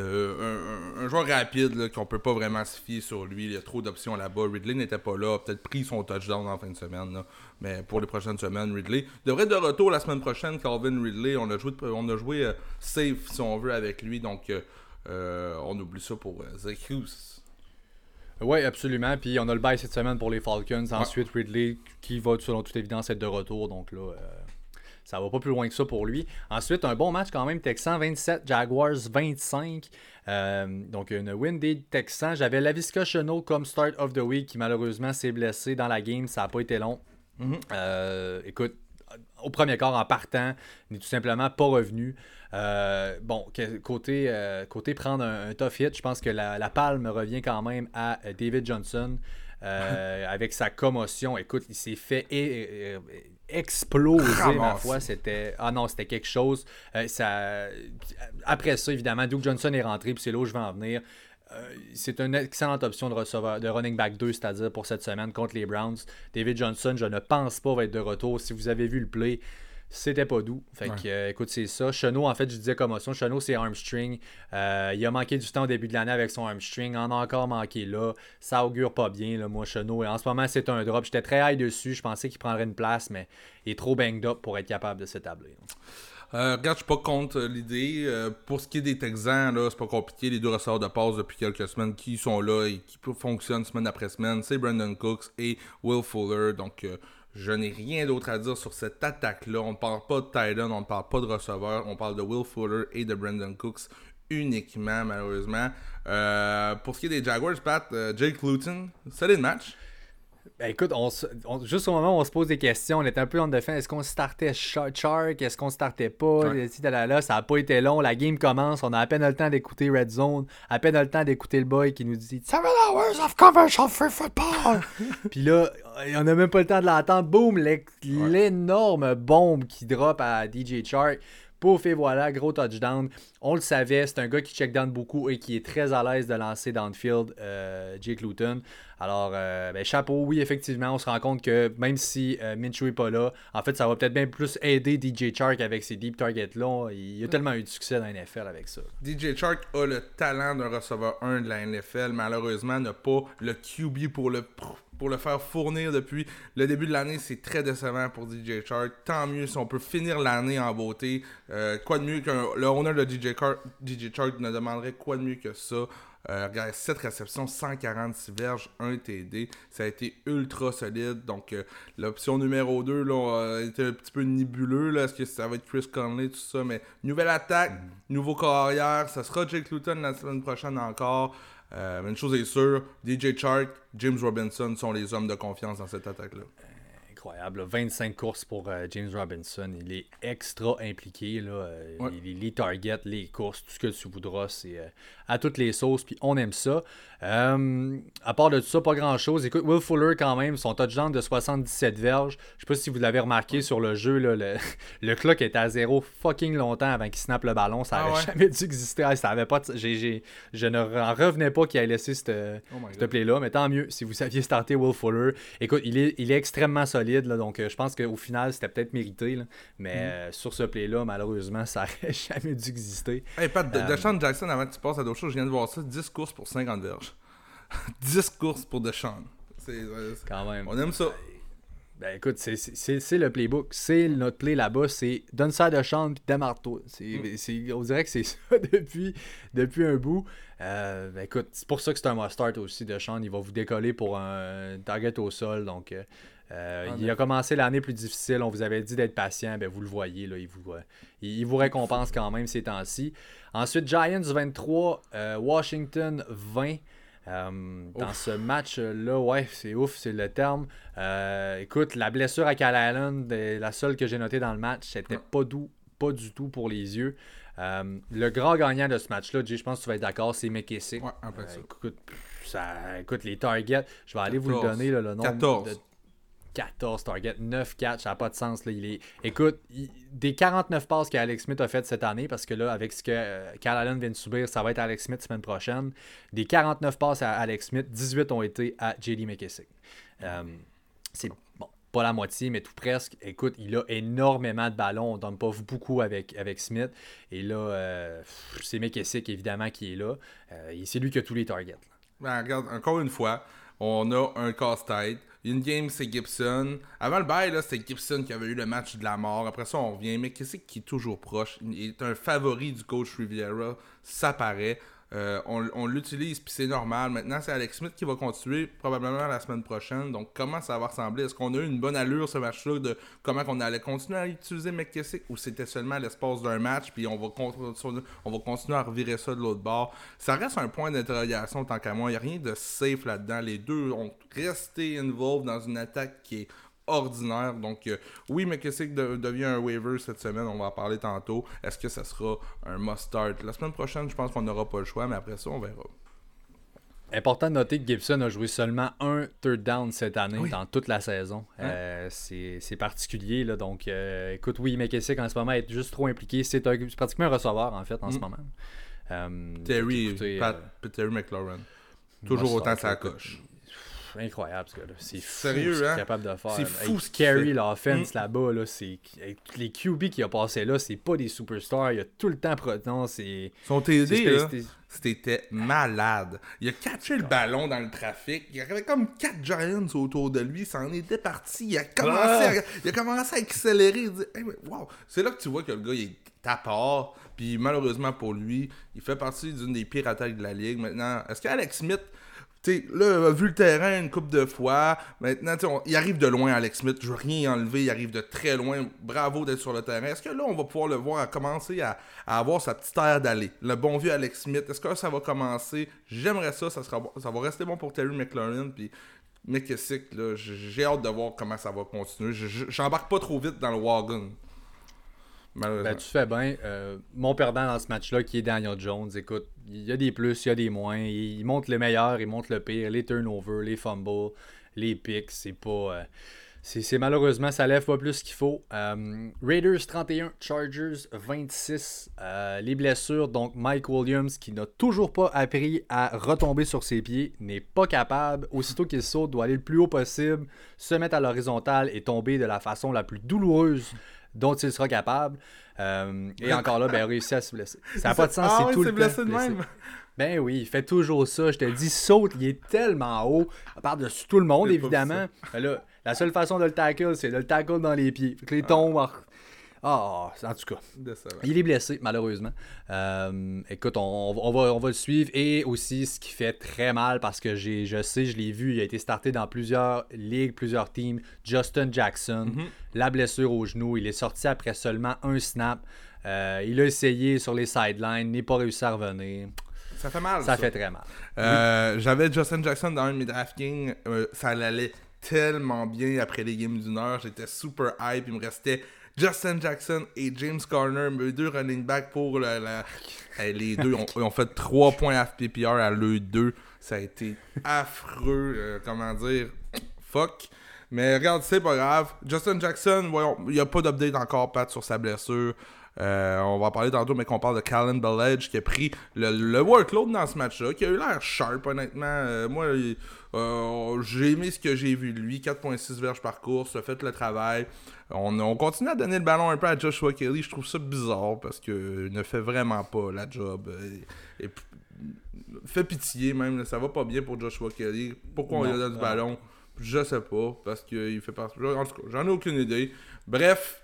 [SPEAKER 2] euh, un, un, un joueur rapide là, qu'on peut pas vraiment se fier sur lui. Il y a trop d'options là-bas. Ridley n'était pas là, a peut-être pris son touchdown en fin de semaine. Là. Mais pour les prochaines semaines, Ridley devrait être de retour la semaine prochaine. Calvin Ridley, on a joué, on a joué euh, safe si on veut avec lui, donc euh, on oublie ça pour euh, Zacchaeus.
[SPEAKER 1] Oui, absolument. Puis on a le bye cette semaine pour les Falcons. Ensuite, ouais. Ridley qui va selon toute évidence être de retour. Donc là, euh, ça va pas plus loin que ça pour lui. Ensuite, un bon match quand même. Texans vingt-sept, Jaguars vingt-cinq. Euh, donc une win des Texans. J'avais Laviska Shenault comme start of the week qui malheureusement s'est blessé dans la game. Ça n'a pas été long. Mm-hmm. Euh, écoute, au premier quart en partant, il n'est tout simplement pas revenu. Euh, bon, côté, euh, côté prendre un, un tough hit, je pense que la, la palme revient quand même à David Johnson euh, avec sa commotion. Écoute, il s'est fait é- é- exploser, ah, ma foi. C'était... Ah non, c'était quelque chose. Euh, ça... Après ça, évidemment, Duke Johnson est rentré, puis c'est là où je vais en venir. Euh, c'est une excellente option de receveur, de running back deux, c'est-à-dire pour cette semaine contre les Browns. David Johnson, je ne pense pas va être de retour. Si vous avez vu le play, c'était pas doux. Fait que, ouais. euh, écoute, c'est ça. Shenault, en fait, je disais commotion. Shenault, c'est hamstring. Euh, il a manqué du temps au début de l'année avec son hamstring. En a encore manqué là. Ça augure pas bien, là, moi, Shenault. Et en ce moment, c'est un drop. J'étais très high dessus. Je pensais qu'il prendrait une place, mais il est trop banged up pour être capable de s'établir.
[SPEAKER 2] Euh, regarde, je suis pas contre l'idée. Euh, pour ce qui est des Texans, là, c'est pas compliqué. Les deux ressorts de passe depuis quelques semaines qui sont là et qui fonctionnent semaine après semaine, c'est Brandon Cooks et Will Fuller. Donc, euh, je n'ai rien d'autre à dire sur cette attaque-là. On ne parle pas de tight end, on ne parle pas de receveur. On parle de Will Fuller et de Brandon Cooks uniquement, malheureusement. Euh, pour ce qui est des Jaguars, Pat, euh, Jake Luton, solide match.
[SPEAKER 1] Ben écoute, on, on, juste au moment où on se pose des questions, on est un peu en défense. Est-ce qu'on startait Chark? Est-ce qu'on startait pas?
[SPEAKER 2] Ouais.
[SPEAKER 1] Là, ça n'a pas été long. La game commence. On a à peine le temps d'écouter Red Zone. À peine le temps d'écouter le boy qui nous dit seven hours of coverage of free football. Puis là, on n'a même pas le temps de l'entendre. Boum! L'énorme bombe qui drop à D J Chark. Pouf, et voilà, gros touchdown. On le savait, c'est un gars qui check down beaucoup et qui est très à l'aise de lancer downfield, euh, Jake Luton. Alors, euh, ben, chapeau, oui, effectivement, on se rend compte que même si euh, Minshew n'est pas là, en fait, ça va peut-être bien plus aider D J Chark avec ses deep targets-là. Il a tellement eu de succès dans la N F L avec ça.
[SPEAKER 2] D J Chark a le talent d'un receveur un de la N F L, malheureusement, n'a pas le Q B pour le... pour le faire fournir depuis le début de l'année. C'est très décevant pour D J Chark. Tant mieux si on peut finir l'année en beauté. Euh, quoi de mieux qu'un... Le owner de D J Chark, D J Chark ne demanderait quoi de mieux que ça. Euh, regarde, sept réceptions, cent quarante-six verges, un T D. Ça a été ultra solide. Donc, euh, l'option numéro deux là, a été un petit peu nébuleux. Là. Est-ce que ça va être Chris Conley, tout ça? Mais nouvelle attaque, mm. nouveau corps arrière. Ça sera Jake Luton la semaine prochaine encore. Euh, une chose est sûre, D J Chark, James Robinson sont les hommes de confiance dans cette attaque-là.
[SPEAKER 1] Incroyable. vingt-cinq courses pour euh, James Robinson. Il est extra impliqué. Là. Euh, ouais. les, les targets, les courses, tout ce que tu voudras, c'est euh, à toutes les sauces. Puis on aime ça. Euh, à part de tout ça, pas grand-chose. Écoute, Will Fuller, quand même, son touchdown de soixante-dix-sept verges. Je sais pas si vous l'avez remarqué ouais. sur le jeu. Là, le, le clock était à zéro fucking longtemps avant qu'il snappe le ballon. Ça avait ah ouais. jamais dû exister. Ah, ça avait pas de, j'ai, j'ai, je ne revenais pas qu'il ait laissé cette, oh ce play-là. Mais tant mieux si vous saviez starter Will Fuller. Écoute, il est, il est extrêmement solide. Là, donc, euh, je pense qu'au final, c'était peut-être mérité. Là, mais mm. euh, sur ce play-là, malheureusement, ça n'aurait jamais dû exister.
[SPEAKER 2] Hey, Pat, euh, DeSean Jackson, avant que tu passes à d'autres choses, je viens de voir ça, dix courses pour cinquante verges. dix courses pour DeSean. C'est, euh, c'est... Quand même. On aime ça.
[SPEAKER 1] Ben écoute, c'est, c'est, c'est le playbook. C'est notre play là-bas. C'est donne ça à DeSean puis démarre-toi. C'est, mm. c'est, on dirait que c'est ça depuis, depuis un bout. Euh, ben écoute, c'est pour ça que c'est un must-start aussi. DeSean, il va vous décoller pour un target au sol. Donc, euh, euh, ah, il a commencé l'année plus difficile. On vous avait dit d'être patient. Ben vous le voyez. Là, il, vous, euh, il, il vous récompense quand même ces temps-ci. Ensuite, Giants vingt-trois, euh, Washington vingt. Euh, dans ce match-là, ouais, c'est ouf, c'est le terme. Euh, écoute, la blessure à Callahan, la seule que j'ai notée dans le match, c'était pas doux, pas du tout pour les yeux. Euh, le grand gagnant de ce match-là, Jay, je pense que tu vas être d'accord, c'est McKissic.
[SPEAKER 2] Ouais, un peu ça.
[SPEAKER 1] Euh, écoute, ça. Écoute, les targets, je vais aller quatorze vous le donner, là, le nombre
[SPEAKER 2] quatorze.
[SPEAKER 1] de quatorze targets, neuf catchs, ça n'a pas de sens. Là. Il est... Écoute, il... des quarante-neuf passes qu'Alex Smith a faites cette année, parce que là, avec ce que euh, Callahan vient de subir, ça va être Alex Smith semaine prochaine. Des quarante-neuf passes à Alex Smith, dix-huit ont été à J D McKissic. Euh, c'est bon, pas la moitié, mais tout presque. Écoute, il a énormément de ballons. On ne donne pas beaucoup avec, avec Smith. Et là, euh, c'est McKissic, évidemment, qui est là. Euh, et c'est lui qui a tous les targets. Là.
[SPEAKER 2] Ben, regarde, encore une fois, on a un casse-tête. Une game, c'est Gibson. Avant le bail, là, c'était Gibson qui avait eu le match de la mort. Après ça, on revient. Mais qu'est-ce qui est toujours proche? Il est un favori du coach Riviera. Ça paraît. Euh, on, on l'utilise, puis c'est normal. Maintenant, c'est Alex Smith qui va continuer probablement la semaine prochaine. Donc, comment ça va ressembler? Est-ce qu'on a eu une bonne allure, ce match-là, de comment on allait continuer à utiliser McKissic, ou c'était seulement l'espace d'un match, puis on va, con- on va continuer à revirer ça de l'autre bord? Ça reste un point d'interrogation tant qu'à moi. Il n'y a rien de safe là-dedans. Les deux ont resté involved dans une attaque qui est ordinaire. Donc, euh, oui, McKissic de, devient un waiver cette semaine. On va en parler tantôt. Est-ce que ça sera un must-start? La semaine prochaine, je pense qu'on n'aura pas le choix, mais après ça, on verra.
[SPEAKER 1] Important de noter que Gibson a joué seulement un third down cette année oui. dans toute la saison. Hein? Euh, c'est, c'est particulier. Là, donc, euh, écoute, oui, McKissic en ce moment est juste trop impliqué. C'est, un, c'est pratiquement un receveur, en fait, en mm. ce moment.
[SPEAKER 2] Euh, Terry, écoutez, Pat, euh, Terry McLaurin. Toujours autant ça coche.
[SPEAKER 1] Incroyable, ce gars-là. C'est fou
[SPEAKER 2] Sérieux,
[SPEAKER 1] ce qu'il
[SPEAKER 2] hein?
[SPEAKER 1] est capable de faire.
[SPEAKER 2] C'est fou
[SPEAKER 1] hey,
[SPEAKER 2] ce qu'il
[SPEAKER 1] carry
[SPEAKER 2] fait.
[SPEAKER 1] l'offense
[SPEAKER 2] mm.
[SPEAKER 1] là-bas, là, c'est... les Q B qu'il a passé là, c'est pas des superstars. Il a tout le temps... Non, c'est...
[SPEAKER 2] Son T D, là, c'était malade. Il a catché le ballon dans le trafic. Il y avait comme quatre Giants autour de lui. Ça en était parti. Il a commencé, ah! à... Il a commencé à accélérer. Il dit, hey, wow. C'est là que tu vois que le gars, il est à part. Puis malheureusement pour lui, il fait partie d'une des pires attaques de la ligue. Maintenant, est-ce qu'Alex Smith... T'sais, là, vu le terrain une couple de fois, maintenant, on, il arrive de loin, Alex Smith. Je veux rien enlever, il arrive de très loin. Bravo d'être sur le terrain. Est-ce que là, on va pouvoir le voir à commencer à, à avoir sa petite aire d'aller? Le bon vieux Alex Smith, est-ce que ça va commencer? J'aimerais ça, ça, sera, ça va rester bon pour Terry McLaurin. Puis McKissick, là, j'ai hâte de voir comment ça va continuer. J'embarque pas trop vite dans le wagon.
[SPEAKER 1] Ben, tu fais bien. Euh, mon perdant dans ce match-là, qui est Daniel Jones, écoute, il y a des plus, il y a des moins. Il, il montre le meilleur, il montre le pire. Les turnovers, les fumbles, les picks, c'est pas... Euh, c'est, c'est malheureusement, ça lève pas plus qu'il faut. Euh, Raiders trente et un, Chargers vingt-six. Euh, les blessures, donc Mike Williams, qui n'a toujours pas appris à retomber sur ses pieds, n'est pas capable, aussitôt qu'il saute, doit aller le plus haut possible, se mettre à l'horizontale et tomber de la façon la plus douloureuse dont il sera capable. Euh, et encore là, ben, il a réussi à se blesser. Ça n'a pas de sens,
[SPEAKER 2] ah,
[SPEAKER 1] c'est
[SPEAKER 2] oui,
[SPEAKER 1] tout
[SPEAKER 2] c'est
[SPEAKER 1] le
[SPEAKER 2] blessé
[SPEAKER 1] temps
[SPEAKER 2] de
[SPEAKER 1] blessé.
[SPEAKER 2] même.
[SPEAKER 1] Ben oui, il fait toujours ça. Je te le dis, saute, il est tellement haut. Par-dessus tout le monde,
[SPEAKER 2] C'est
[SPEAKER 1] évidemment. Ben là, la seule façon de le tackle, c'est de le tackle dans les pieds. Fait que les
[SPEAKER 2] Ah.
[SPEAKER 1] tombes... Ah, en tout cas.
[SPEAKER 2] Décevant.
[SPEAKER 1] Il est blessé, malheureusement. Euh, écoute, on, on, va, on va le suivre. Et aussi, ce qui fait très mal, parce que j'ai, je sais, je l'ai vu, il a été starté dans plusieurs ligues, plusieurs teams. Justin Jackson,
[SPEAKER 2] Mm-hmm.
[SPEAKER 1] la blessure au genou. Il est sorti après seulement un snap. Euh, il a essayé sur les sidelines, n'est pas réussi à revenir.
[SPEAKER 2] Ça fait mal.
[SPEAKER 1] Ça,
[SPEAKER 2] Ça
[SPEAKER 1] fait très mal.
[SPEAKER 2] Euh, oui. J'avais Justin Jackson dans un de mes DraftKings. Euh, ça allait tellement bien après les games d'une heure. J'étais super hype. Il me restait Justin Jackson et James Conner, mes deux running backs pour la. la... Hey, les deux ont, ils ont fait trois points F P P R à l'eux deux. Ça a été affreux. Euh, comment dire? Fuck. Mais regarde, c'est pas grave. Justin Jackson, voyons, il n'y a pas d'update encore, Pat, sur sa blessure. Euh, on va en parler tantôt, mais qu'on parle de Kalen Ballage qui a pris le, le workload dans ce match-là, qui a eu l'air sharp, honnêtement. Euh, moi, euh, j'ai aimé ce que j'ai vu de lui. quatre virgule six verges par course, a fait le travail. On, on continue à donner le ballon un peu à Joshua Kelly. Je trouve ça bizarre parce qu'il ne fait vraiment pas la job. Et, et, fait pitié même, là, ça va pas bien pour Joshua Kelly. Pourquoi on lui donne du ballon? Je sais pas, parce qu'il fait partie... En tout cas, j'en ai aucune idée. Bref...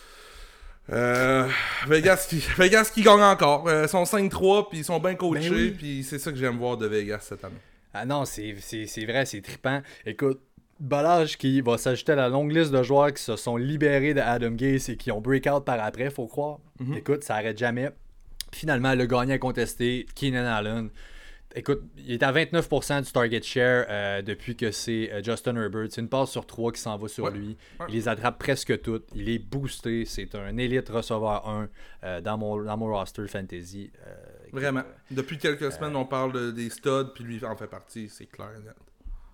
[SPEAKER 2] Euh, Vegas, qui, Vegas qui gagne encore. Euh, ils sont cinq trois, puis ils sont bien coachés, ben oui. Puis c'est ça que j'aime voir de Vegas cette année.
[SPEAKER 1] Ah non, c'est, c'est, c'est vrai, c'est trippant. Écoute, Ballage qui va s'ajouter à la longue liste de joueurs qui se sont libérés de Adam Gase et qui ont break-out par après, faut croire. Mm-hmm. Écoute, ça arrête jamais. Finalement, le gagnant contesté, Keenan Allen. Écoute, il est à vingt-neuf pour cent du target share euh, depuis que c'est euh, Justin Herbert. C'est une passe sur trois qui s'en va sur ouais. lui. Ouais. Il les attrape presque toutes. Il est boosté. C'est un élite receveur un euh, dans, mon, dans mon roster fantasy. Euh, écoute,
[SPEAKER 2] Vraiment. Depuis quelques euh, semaines, on parle de, des studs, puis lui en fait partie. C'est clair et net.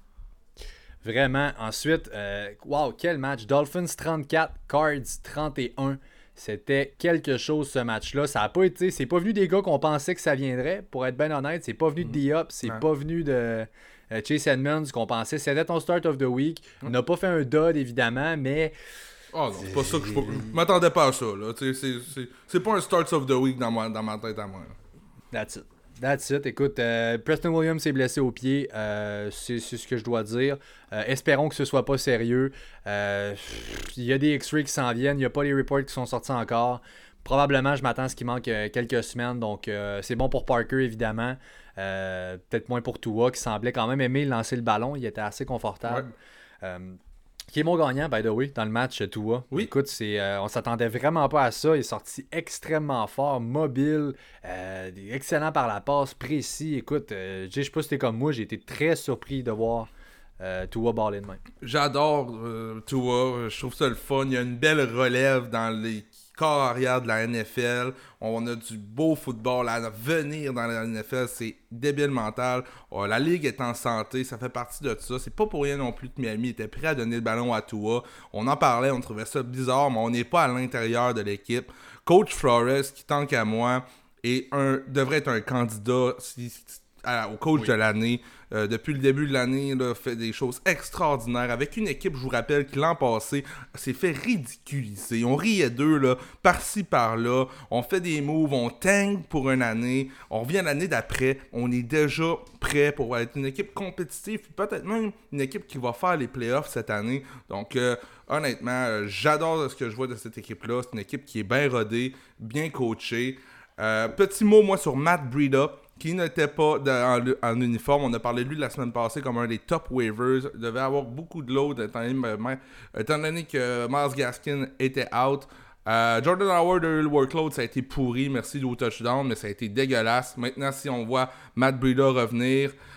[SPEAKER 1] Vraiment. Ensuite, euh, wow, quel match. Dolphins trente-quatre, Cards trente et un. C'était quelque chose ce match-là. Ça a pas été. C'est pas venu des gars qu'on pensait que ça viendrait. Pour être bien honnête, c'est pas venu de D-Up, c'est ouais. pas venu de euh, Chase Edmonds qu'on pensait. C'était ton start of the week. On n'a pas fait un dud évidemment, mais.
[SPEAKER 2] Oh non, c'est pas ça que je, je m'attendais pas à ça. Là. C'est, c'est, c'est, c'est pas un start of the week dans ma, dans ma tête à moi. Là.
[SPEAKER 1] That's it. That's it. Écoute, euh, Preston Williams s'est blessé au pied. Euh, c'est, c'est ce que je dois dire. Euh, espérons que ce soit pas sérieux. Il euh, y a des X-rays qui s'en viennent. Il n'y a pas les reports qui sont sortis encore. Probablement, je m'attends à ce qu'il manque euh, quelques semaines. Donc, euh, c'est bon pour Parker, évidemment. Euh, peut-être moins pour Tua, qui semblait quand même aimer lancer le ballon. Il était assez confortable. Ouais. Euh, qui est mon gagnant, by the way, dans le match Tua.
[SPEAKER 2] Oui.
[SPEAKER 1] Écoute, c'est, euh, on s'attendait vraiment pas à ça. Il est sorti extrêmement fort, mobile, euh, excellent par la passe, précis. Écoute, euh, je sais pas si t'es comme moi, j'ai été très surpris de voir euh, Tua baller de main.
[SPEAKER 2] J'adore euh, Tua, je trouve ça le fun. Il y a une belle relève dans les corps arrière de la N F L. On a du beau football à venir dans la N F L. C'est débile mental. Oh, la ligue est en santé. Ça fait partie de ça. C'est pas pour rien non plus que Miami était prêt à donner le ballon à Tua. On en parlait, on trouvait ça bizarre, mais on n'est pas à l'intérieur de l'équipe. Coach Flores, qui tant qu'à moi, est un, devrait être un candidat si, à, au coach oui. de l'année. Euh, depuis le début de l'année, là, fait des choses extraordinaires avec une équipe, je vous rappelle, qui l'an passé s'est fait ridiculiser. On riait d'eux, là, par-ci, par-là. On fait des moves, on tank pour une année. On revient l'année d'après. On est déjà prêt pour être une équipe compétitive. Peut-être même une équipe qui va faire les playoffs cette année. Donc, euh, honnêtement, euh, j'adore ce que je vois de cette équipe-là. C'est une équipe qui est bien rodée, bien coachée. Euh, petit mot, moi, sur Matt Breida, qui n'était pas de, en, en uniforme. On a parlé de lui la semaine passée comme un des top waivers. Il devait avoir beaucoup de load étant donné, étant donné que Myles Gaskin était out. Euh, Jordan Howard a eu le workload, ça a été pourri. Merci au touchdown, mais ça a été dégueulasse. Maintenant, si on voit Matt Breida revenir,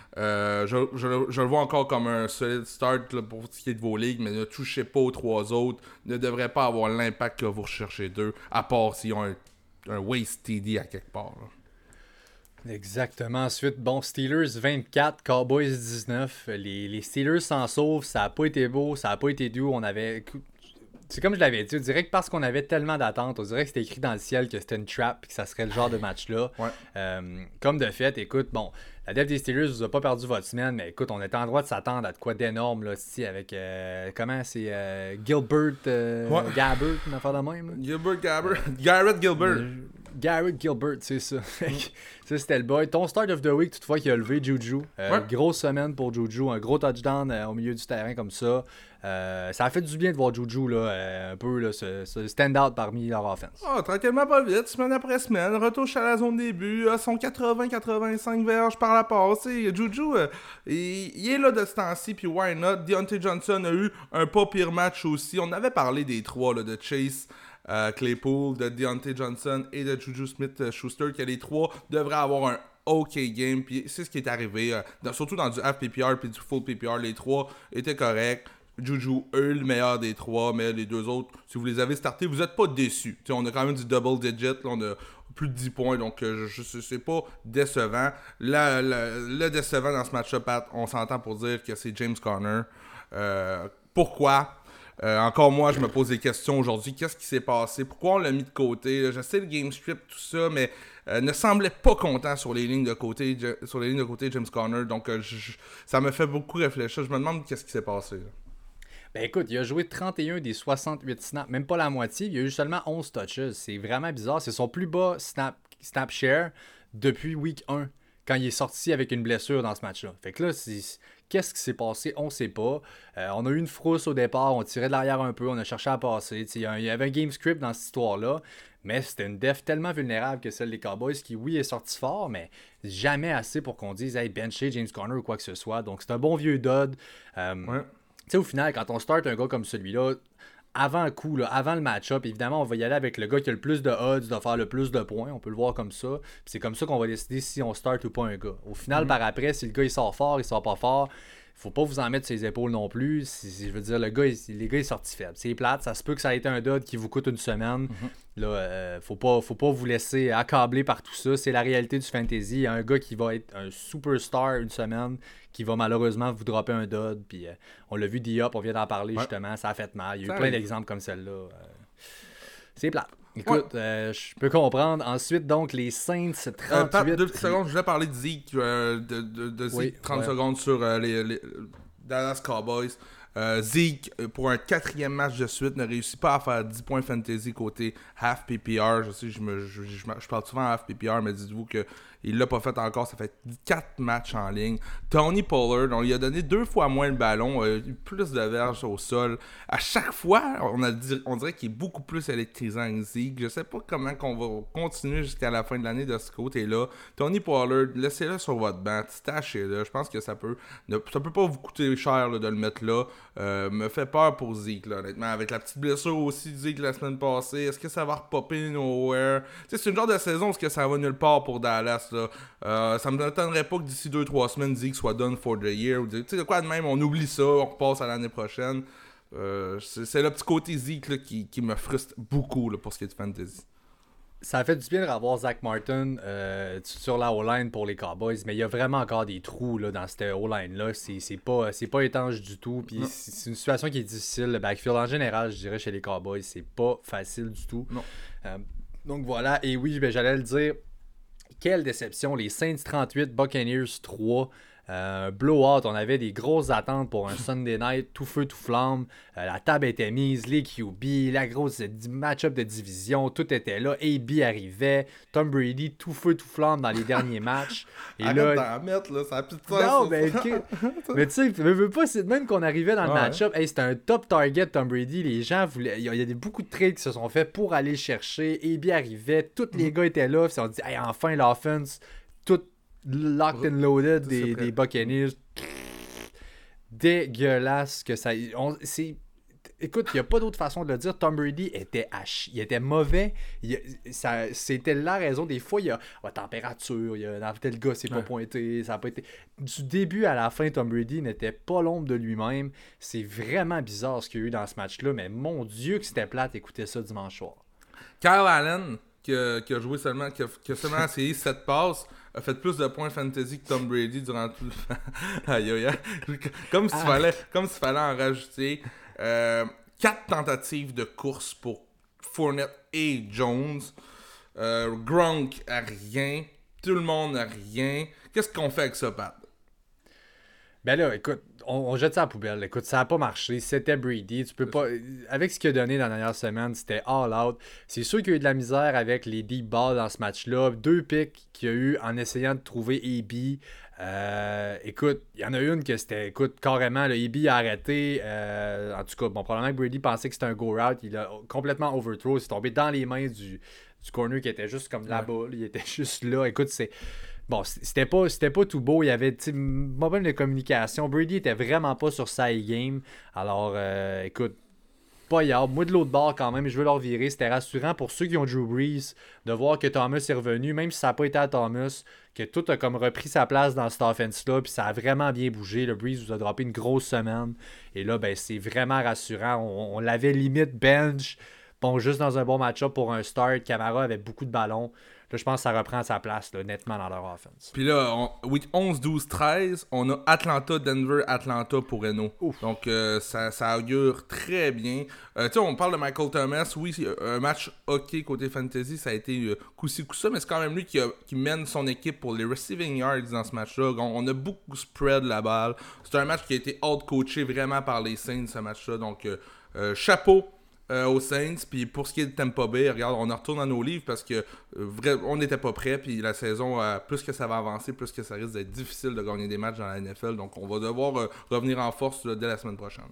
[SPEAKER 2] Euh, je, je, je le vois encore comme un solide start là, pour ce qui est de vos ligues, mais ne touchez pas aux trois autres. Ne devrait pas avoir l'impact que vous recherchez d'eux, à part s'ils ont un, un waste T D à quelque part. Là.
[SPEAKER 1] Exactement. Ensuite, bon, Steelers vingt-quatre, Cowboys dix-neuf. Les, les Steelers s'en sauvent. Ça n'a pas été beau, ça n'a pas été doux. On avait. C'est comme je l'avais dit, on dirait que parce qu'on avait tellement d'attentes, on dirait que c'était écrit dans le ciel que c'était une trap et que ça serait le genre de match-là.
[SPEAKER 2] Ouais.
[SPEAKER 1] Euh, comme de fait, écoute, bon, la def des Steelers vous a pas perdu votre semaine, mais écoute, on était en droit de s'attendre à de quoi d'énorme, là, ici, avec, euh, comment, c'est euh, Gilbert, euh,
[SPEAKER 2] Ouais.
[SPEAKER 1] Gabbert, une affaire de même, là.
[SPEAKER 2] Gilbert Gabbert, Garrett Gilbert.
[SPEAKER 1] Euh, Garrett Gilbert, c'est ça. Ça, c'était le boy. Ton start of the week, toutefois, qui a levé Juju. Euh,
[SPEAKER 2] Ouais.
[SPEAKER 1] Grosse semaine pour Juju. Un gros touchdown euh, au milieu du terrain comme ça. Euh, ça a fait du bien de voir Juju là, euh, un peu là, se, se stand out parmi leur offense.
[SPEAKER 2] Ah, tranquillement pas vite, semaine après semaine, retouche à la zone début, euh, son quatre-vingts à quatre-vingt-cinq verges par la passe. Et Juju, euh, il, il est là de ce temps-ci, puis why not? Deontay Johnson a eu un pas pire match aussi. On avait parlé des trois, là, de Chase, euh, Claypool, de Deontay Johnson et de Juju Smith-Schuster, que les trois devraient avoir un OK game, puis c'est ce qui est arrivé, euh, dans, surtout dans du half P P R puis du full P P R, les trois étaient corrects. Juju, eux, le meilleur des trois, mais les deux autres, si vous les avez startés, vous n'êtes pas déçus. T'sais, on a quand même du double digit, là, on a plus de dix points, donc euh, je, je c'est pas décevant. La, la, le décevant dans ce match-up, Pat, on s'entend pour dire que c'est James Conner. Euh, pourquoi? Euh, encore moi, je me pose des questions aujourd'hui. Qu'est-ce qui s'est passé? Pourquoi on l'a mis de côté? Je sais le game script, tout ça, mais euh, ne semblait pas content sur les lignes de côté, je, sur les lignes de côté James Conner. Donc, euh, je, je, ça me fait beaucoup réfléchir. Je me demande qu'est-ce qui s'est passé. Là.
[SPEAKER 1] Ben écoute, il a joué trente et un des soixante-huit snaps, même pas la moitié. Il a eu seulement onze touches. C'est vraiment bizarre. C'est son plus bas snap, snap share depuis week un, quand il est sorti avec une blessure dans ce match-là. Fait que là, c'est... qu'est-ce qui s'est passé? On sait pas. Euh, on a eu une frousse au départ, on tirait de l'arrière un peu, on a cherché à passer. Il y avait un game script dans cette histoire-là, mais c'était une def tellement vulnérable que celle des Cowboys qui, oui, est sortie fort, mais jamais assez pour qu'on dise « Hey, bencher James Conner » ou quoi que ce soit. Donc, c'est un bon vieux dud. Euh,
[SPEAKER 2] ouais.
[SPEAKER 1] Tu sais, au final, quand on start un gars comme celui-là, avant le coup, là, avant le match-up, évidemment, on va y aller avec le gars qui a le plus de odds de faire le plus de points. On peut le voir comme ça. Puis c'est comme ça qu'on va décider si on start ou pas un gars. Au final, mm-hmm. par après, si le gars il sort fort, il sort pas fort, faut pas vous en mettre sur les épaules non plus. Si, si, je veux dire, le gars, il, les gars, il est sorti faible. C'est plate. Ça se peut que ça a été un dud qui vous coûte une semaine. Mm-hmm. Là, euh, faut pas, faut pas vous laisser accabler par tout ça. C'est la réalité du fantasy. Il y a un gars qui va être un superstar une semaine, qui va malheureusement vous dropper un dud. Puis euh, on l'a vu Diop, on vient d'en parler ouais. justement. Ça a fait mal. Il y a eu ça plein arrive. d'exemples comme celle-là. Euh, c'est plate. Écoute, ouais. euh, je peux comprendre. Ensuite, donc, les Saints, trente-huit... Euh,
[SPEAKER 2] Pat, deux petites secondes, je voulais parler de Zeke, euh, de, de, de Zeke, oui, trente ouais. secondes sur euh, les, les Dallas Cowboys. Euh, Zeke, pour un quatrième match de suite, ne réussit pas à faire dix points fantasy côté half P P R. Je sais, je, me, je, je, je parle souvent half P P R, mais dites-vous que il l'a pas fait encore. Ça fait quatre matchs en ligne. Tony Pollard, on lui a donné deux fois moins le ballon, euh, plus de verges au sol. À chaque fois, on, a dit, on dirait qu'il est beaucoup plus électrisant que Zeke. Je sais pas comment qu'on va continuer jusqu'à la fin de l'année de ce côté-là. Tony Pollard, laissez-le sur votre banc, stachez-le. Je pense que ça peut ne, ça peut pas vous coûter cher là, de le mettre là. Euh, me fait peur pour Zeke, là, honnêtement. Avec la petite blessure aussi de Zeke la semaine passée, est-ce que ça va repopper nowhere? T'sais, c'est une genre de saison où est-ce que ça va nulle part pour Dallas, là. Euh, ça me m'étonnerait pas que d'ici deux trois semaines, Zeke soit done for the year. Tu sais, de quoi de même, on oublie ça, on repasse à l'année prochaine. Euh, c'est, c'est le petit côté Zeke là, qui, qui me frustre beaucoup là, pour ce qui est de fantasy.
[SPEAKER 1] Ça a fait du bien de revoir Zach Martin euh, sur la O-line pour les Cowboys, mais il y a vraiment encore des trous là, dans cette O-line-là. C'est, c'est, pas, c'est pas étanche du tout. Puis c'est, c'est une situation qui est difficile. Le backfield en général, je dirais, chez les Cowboys, c'est pas facile du tout.
[SPEAKER 2] Non.
[SPEAKER 1] Euh, donc voilà. Et oui, ben, j'allais le dire. Quelle déception. Les Saints trente-huit, Buccaneers trois. Euh, blowout, on avait des grosses attentes pour un Sunday night, tout feu, tout flamme. Euh, la table était mise, les Q B, la grosse match-up de division, tout était là. A B arrivait, Tom Brady, tout feu, tout flamme dans les derniers matchs.
[SPEAKER 2] Et Arrête là, d'en mettre, là, ça a plus de sens.
[SPEAKER 1] Non, mais, okay. mais tu sais, veux, veux pas, c'est même qu'on arrivait dans le ah, match-up. Ouais. Hey, c'était un top target, Tom Brady. Les gens voulaient. Il y a, il y a des, beaucoup de trades qui se sont faits pour aller le chercher. A B arrivait, tous les mm. gars étaient là. Puis on dit, hey, enfin, l'offense, tout. Locked and loaded des, des Buccaneers. Dégueulasse que ça. On, c'est, écoute, il n'y a pas d'autre façon de le dire. Tom Brady était à chi- il était mauvais. Il, ça, c'était la raison. Des fois, il y a la température, il y a tel gars s'est pas
[SPEAKER 2] Ouais.
[SPEAKER 1] pointé, ça a pas été. Du début à la fin, Tom Brady n'était pas l'ombre de lui-même. C'est vraiment bizarre ce qu'il y a eu dans ce match-là, mais mon Dieu que c'était plate écouter ça dimanche soir.
[SPEAKER 2] Kyle Allen, qui a, qui a joué seulement, qui a, qui a seulement essayé sept passes, a fait plus de points fantasy que Tom Brady durant tout le aïe, aïe, aïe. Comme s'il
[SPEAKER 1] Ah.
[SPEAKER 2] fallait, comme s'il fallait en rajouter. Euh, quatre tentatives de course pour Fournette et Jones. Euh, Gronk a rien. Tout le monde a rien. Qu'est-ce qu'on fait avec ça, Pat?
[SPEAKER 1] Ben là, écoute, on, on jette ça à la poubelle. Écoute, ça n'a pas marché. C'était Brady. Tu peux pas. Avec ce qu'il a donné dans la dernière semaine, c'était all out. C'est sûr qu'il y a eu de la misère avec les deep balls dans ce match-là. Deux picks qu'il y a eu en essayant de trouver A B. Euh, écoute, il y en a une que c'était, écoute, carrément, le A B a arrêté. Euh, en tout cas, bon, probablement que Brady pensait que c'était un go route. Il a complètement overthrow. Il s'est tombé dans les mains du, du corner qui était juste comme là-bas. Il était juste là. Écoute, c'est. Bon, c'était pas, c'était pas tout beau. Il y avait une problème de communication. Brady était vraiment pas sur sa game. Alors, euh, écoute, pas hier. Moi, de l'autre bord, quand même, je veux leur virer. C'était rassurant pour ceux qui ont Drew Brees de voir que Thomas est revenu, même si ça n'a pas été à Thomas, que tout a comme repris sa place dans cette offense-là. Puis ça a vraiment bien bougé. Le Brees vous a droppé une grosse semaine. Et là, ben, c'est vraiment rassurant. On, on l'avait limite bench. Bon, juste dans un bon match-up pour un start. Camara avait beaucoup de ballons. Là, je pense que ça reprend sa place là, nettement dans leur offense.
[SPEAKER 2] Puis là, on, week onze, douze, treize, on a Atlanta, Denver, Atlanta pour Reno.
[SPEAKER 1] Ouf.
[SPEAKER 2] Donc, euh, ça, ça augure très bien. Euh, tu sais, on parle de Michael Thomas. Oui, un match hockey côté fantasy, ça a été euh, coup-ci, coup-ça, mais c'est quand même lui qui, a, qui mène son équipe pour les receiving yards dans ce match-là. On, on a beaucoup spread la balle. C'est un match qui a été out-coaché vraiment par les Saints, ce match-là. Donc, euh, euh, chapeau. Euh, aux Saints, puis pour ce qui est de Tampa Bay, regarde, on en retourne dans nos livres parce que euh, vrai, on n'était pas prêt, puis la saison, euh, plus que ça va avancer, plus que ça risque d'être difficile de gagner des matchs dans la N F L, donc on va devoir euh, revenir en force là, dès la semaine prochaine.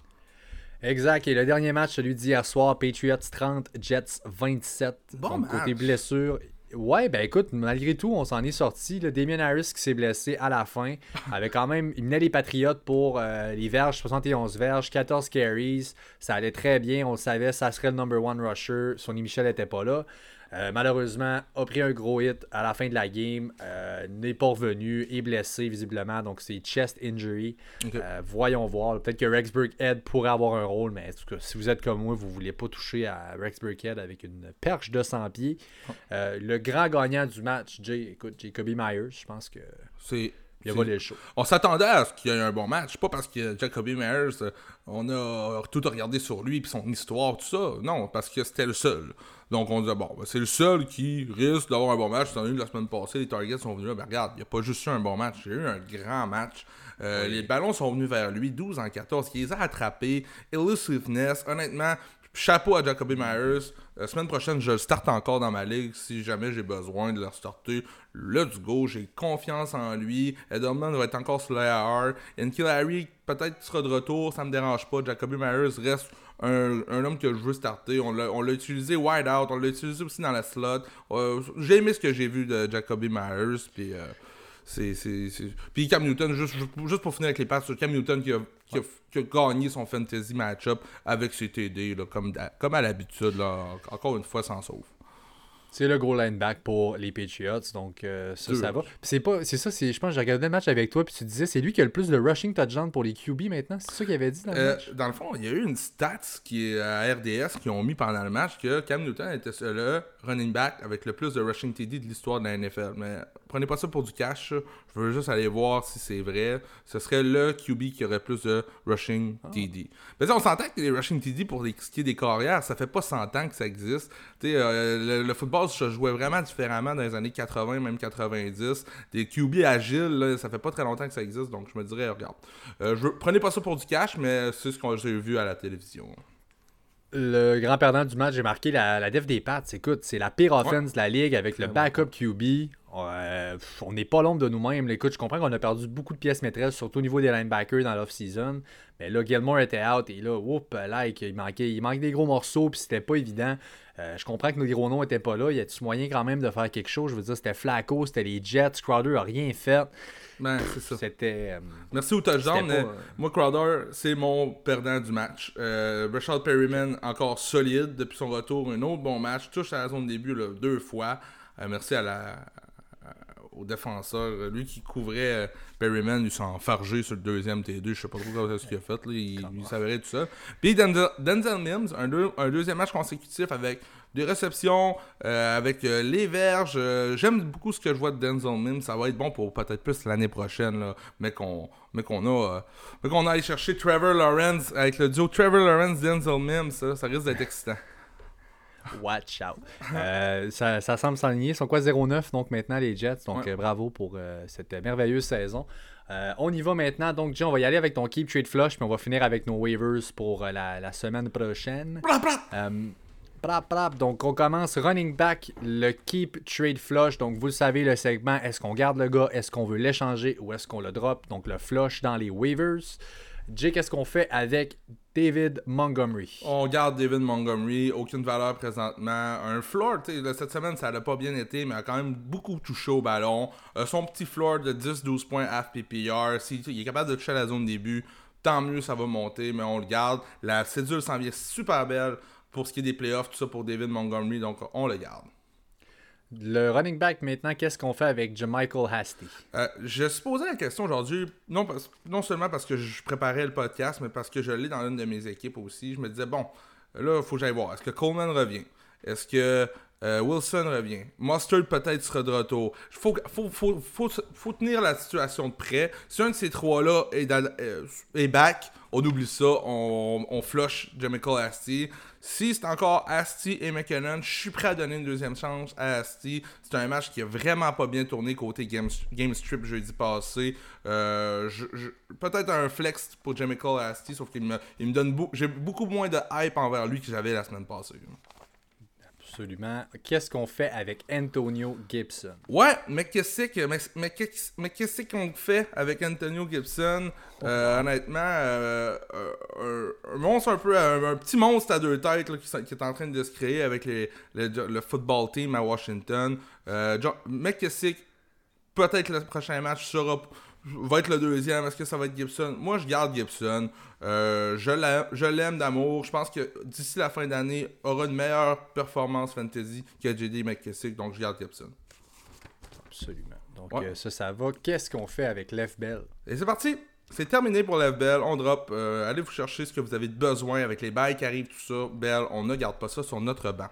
[SPEAKER 1] Exact, et le dernier match, celui d'hier soir, Patriots trente, Jets vingt-sept.
[SPEAKER 2] Bon
[SPEAKER 1] donc,
[SPEAKER 2] match.
[SPEAKER 1] côté blessure, ouais, ben écoute, malgré tout, on s'en est sorti. Là, Damien Harris qui s'est blessé à la fin, avait quand même, il menait les Patriots pour euh, les verges, soixante et onze verges, quatorze carries, ça allait très bien, on le savait, ça serait le number one rusher, Sonny Michel n'était pas là. Euh, malheureusement, a pris un gros hit à la fin de la game, euh, n'est pas revenu, est blessé visiblement, donc c'est chest injury.
[SPEAKER 2] Okay.
[SPEAKER 1] Euh, voyons voir. Peut-être que Rex Burkhead pourrait avoir un rôle, mais en tout cas, si vous êtes comme moi, vous ne voulez pas toucher à Rex Burkhead avec une perche de cent pieds. Euh, le grand gagnant du match, Jay, écoute, Jacoby Myers, je pense que
[SPEAKER 2] C'est...
[SPEAKER 1] il a volé le show.
[SPEAKER 2] On s'attendait à ce qu'il y ait un bon match, pas parce que Jacoby Myers, euh, on a tout regardé sur lui et son histoire, tout ça. Non, parce que c'était le seul. Donc on disait, bon, ben, c'est le seul qui risque d'avoir un bon match. Étant donné que la semaine passée, les Targets sont venus là. Ben regarde, il n'y a pas juste eu un bon match, il y a eu un grand match. Euh, oui. Les ballons sont venus vers lui, douze en quatorze, il les a attrapés. Elusiveness, honnêtement, chapeau à Jacoby Myers. La semaine prochaine, je le starte encore dans ma ligue si jamais j'ai besoin de le starter. Let's go, j'ai confiance en lui. Edelman va être encore sur l'I R. N'Keal Harry peut-être sera de retour, ça me dérange pas. Jacoby Myers reste un, un homme que je veux starter. On l'a, on l'a utilisé wide out, on l'a utilisé aussi dans la slot. Euh, j'ai aimé ce que j'ai vu de Jacoby Myers. Puis euh, c'est, c'est, c'est... Puis Cam Newton, juste, juste pour finir avec les passes, Cam Newton qui a, qui, a, qui a gagné son fantasy match-up avec ses T D, là, comme, comme à l'habitude. Là, encore une fois, sans sauve.
[SPEAKER 1] C'est le gros lineback pour les Patriots, donc euh, ça, Deux. ça va. Puis c'est pas, c'est ça, c'est, je pense que j'ai regardé le match avec toi, puis tu disais, c'est lui qui a le plus de rushing touchdown pour les Q B maintenant, c'est ça qu'il avait dit dans le
[SPEAKER 2] euh,
[SPEAKER 1] match?
[SPEAKER 2] Dans le fond, il y a eu une stats qui est à R D S qui ont mis pendant le match que Cam Newton était le running back avec le plus de rushing T D de l'histoire de la N F L. Mais prenez pas ça pour du cash, je veux juste aller voir si c'est vrai. Ce serait le Q B qui aurait plus de rushing ah. T D. Mais on s'entend que les rushing T D pour les, ce qui est des carrières, ça fait pas cent ans que ça existe. Tu sais, euh, le, le football se jouait vraiment différemment dans les années quatre-vingts, même quatre-vingt-dix. Des Q B agiles, là, ça fait pas très longtemps que ça existe, donc je me dirais, regarde, euh, je, prenez pas ça pour du cash, mais c'est ce que j'ai vu à la télévision.
[SPEAKER 1] Le grand perdant du match, j'ai marqué la, la def des Pats. Écoute, c'est la pire offense ouais. de la ligue avec le
[SPEAKER 2] ouais,
[SPEAKER 1] backup
[SPEAKER 2] ouais.
[SPEAKER 1] Q B. Euh, on n'est pas l'ombre de nous-mêmes. Écoute, je comprends qu'on a perdu beaucoup de pièces maîtresses, surtout au niveau des linebackers dans l'off-season. Mais là, Gilmore était out et là, whoop, like, il manquait, il manquait des gros morceaux puis c'était pas évident. Euh, je comprends que nos gros noms n'étaient pas là. Il y a-tu moyen quand même de faire quelque chose? Je veux dire, c'était Flacco, c'était les Jets. Crowder n'a rien fait.
[SPEAKER 2] Ben, c'est ça.
[SPEAKER 1] C'était. Euh,
[SPEAKER 2] Merci au touchdown.
[SPEAKER 1] pas, euh...
[SPEAKER 2] Moi, Crowder, c'est mon perdant du match. Euh, Rashad Perryman, encore solide depuis son retour. Un autre bon match. Touche à la zone de début là, deux fois. Euh, merci à la. Au défenseur, lui qui couvrait euh, Perryman, il s'est enfargé sur le deuxième T deux, je sais pas trop ce qu'il a fait, là, il, il s'avérait tout ça. Puis Denzel, Denzel Mims, un, deux, un deuxième match consécutif avec des réceptions, euh, avec euh, les verges. Euh, j'aime beaucoup ce que je vois de Denzel Mims, ça va être bon pour peut-être plus l'année prochaine, là, mais qu'on mais qu'on a euh, mais qu'on a allé chercher Trevor Lawrence avec le duo Trevor Lawrence Denzel Mims, ça, ça risque d'être excitant.
[SPEAKER 1] Watch out. Euh, ça, ça semble s'aligner. Ils sont quoi zéro neuf donc maintenant les Jets. Donc ouais. euh, bravo pour euh, cette merveilleuse saison. Euh, on y va maintenant. Donc John, on va y aller avec ton Keep Trade Flush, puis on va finir avec nos waivers pour euh, la, la semaine prochaine. Euh, prap, prap. Donc on commence running back, le Keep Trade Flush. Donc vous le savez, le segment, est-ce qu'on garde le gars, est-ce qu'on veut l'échanger ou est-ce qu'on le drop? Donc le flush dans les waivers. Jay, qu'est-ce qu'on fait avec David Montgomery?
[SPEAKER 2] On garde David Montgomery, aucune valeur présentement. Un floor, tu sais, cette semaine, ça n'a pas bien été, mais il a quand même beaucoup touché au ballon. Euh, son petit floor de dix à douze points F P P R, s'il il est capable de toucher à la zone début, tant mieux, ça va monter, mais on le garde. La cédule s'en vient super belle pour ce qui est des playoffs, tout ça pour David Montgomery, donc on le garde.
[SPEAKER 1] Le running back, maintenant, qu'est-ce qu'on fait avec JaMychal Hasty?
[SPEAKER 2] Euh, je suis posé la question aujourd'hui, non, non seulement parce que je préparais le podcast, mais parce que je l'ai dans l'une de mes équipes aussi. Je me disais, bon, là, il faut que j'aille voir. Est-ce que Coleman revient? Est-ce que euh, Wilson revient? Mustard peut-être sera de retour. Il faut, faut, faut, faut, faut tenir la situation de près. Si un de ces trois-là est, euh, est back, on oublie ça, on, on flush JaMychal Hasty. Si c'est encore Hasty et McKinnon, je suis prêt à donner une deuxième chance à Hasty. C'est un match qui a vraiment pas bien tourné côté Game, game Strip jeudi passé. Euh, je, je, peut-être un flex pour JaMychal Hasty, sauf qu'il me, il me donne beau, j'ai beaucoup moins de hype envers lui que j'avais la semaine passée.
[SPEAKER 1] Absolument. Qu'est-ce qu'on fait avec Antonio Gibson?
[SPEAKER 2] Ouais, mais qu'est-ce que mais, mais qu'est-ce, mais qu'est-ce qu'on fait avec Antonio Gibson? Euh, honnêtement, euh, euh, un, monstre un peu, un, un petit monstre à deux têtes là, qui, qui est en train de se créer avec les, les, le football team à Washington. Euh, John, McKissick, peut-être le prochain match sera va être le deuxième. Est-ce que ça va être Gibson? Moi, je garde Gibson. Euh, je, l'aime, je l'aime d'amour. Je pense que d'ici la fin d'année, aura une meilleure performance fantasy que J D McKissick. Donc, je garde Gibson.
[SPEAKER 1] Absolument. Donc,
[SPEAKER 2] ouais.
[SPEAKER 1] euh, ça, ça va. Qu'est-ce qu'on fait avec Lev Bell?
[SPEAKER 2] Et c'est parti! C'est terminé pour Lev Bell. On drop. Euh, allez vous chercher ce que vous avez besoin avec les bails qui arrivent, tout ça. Bell, on ne garde pas ça sur notre banc.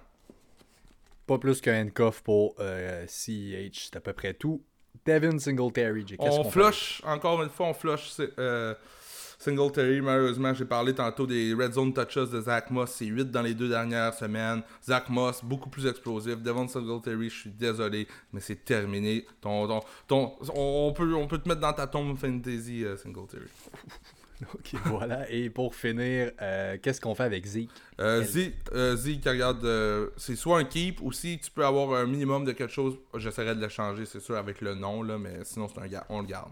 [SPEAKER 1] Pas plus qu'un handcuff pour euh, C E H. C'est à peu près tout. Devin Singletary, J. Qu'est-ce
[SPEAKER 2] on
[SPEAKER 1] qu'on
[SPEAKER 2] flush, fait? Encore une fois, on flush euh, Singletary. Malheureusement, j'ai parlé tantôt des Red Zone Touches de Zach Moss. C'est huit dans les deux dernières semaines. Zach Moss, beaucoup plus explosif. Devin Singletary, je suis désolé, mais c'est terminé. Ton, ton, ton, on, peut, on peut te mettre dans ta tombe fantasy, uh, Singletary.
[SPEAKER 1] Ok, voilà. Et pour finir, euh, qu'est-ce qu'on fait avec Zeke?
[SPEAKER 2] Euh, Zeke, euh, Zeke, regarde, euh, c'est soit un keep ou si tu peux avoir un minimum de quelque chose, j'essaierai de le changer, c'est sûr, avec le nom, là, mais sinon, c'est un gars, on le garde.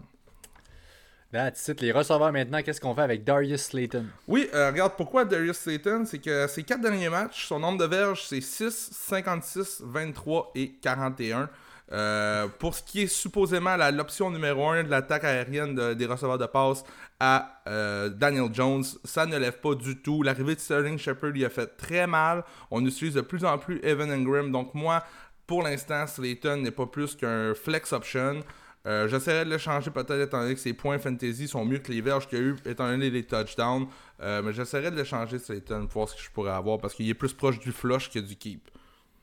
[SPEAKER 1] That's it. Les receveurs maintenant, qu'est-ce qu'on fait avec Darius Slayton?
[SPEAKER 2] Oui, euh, regarde, pourquoi Darius Slayton? C'est que ses quatre derniers matchs, son nombre de verges, c'est six, cinquante-six, vingt-trois et quarante et un. Euh, pour ce qui est supposément la, l'option numéro un de l'attaque aérienne de, des receveurs de passe à euh, Daniel Jones, ça ne lève pas du tout. L'arrivée de Sterling Shepard lui a fait très mal. On utilise de plus en plus Evan Engram. Donc moi, pour l'instant, Slayton n'est pas plus qu'un flex option. Euh, j'essaierai de le changer peut-être étant donné que ses points fantasy sont mieux que les verges qu'il y a eu étant donné les touchdowns. Euh, mais j'essaierai de le changer Slayton pour voir ce que je pourrais avoir parce qu'il est plus proche du flush que du keep.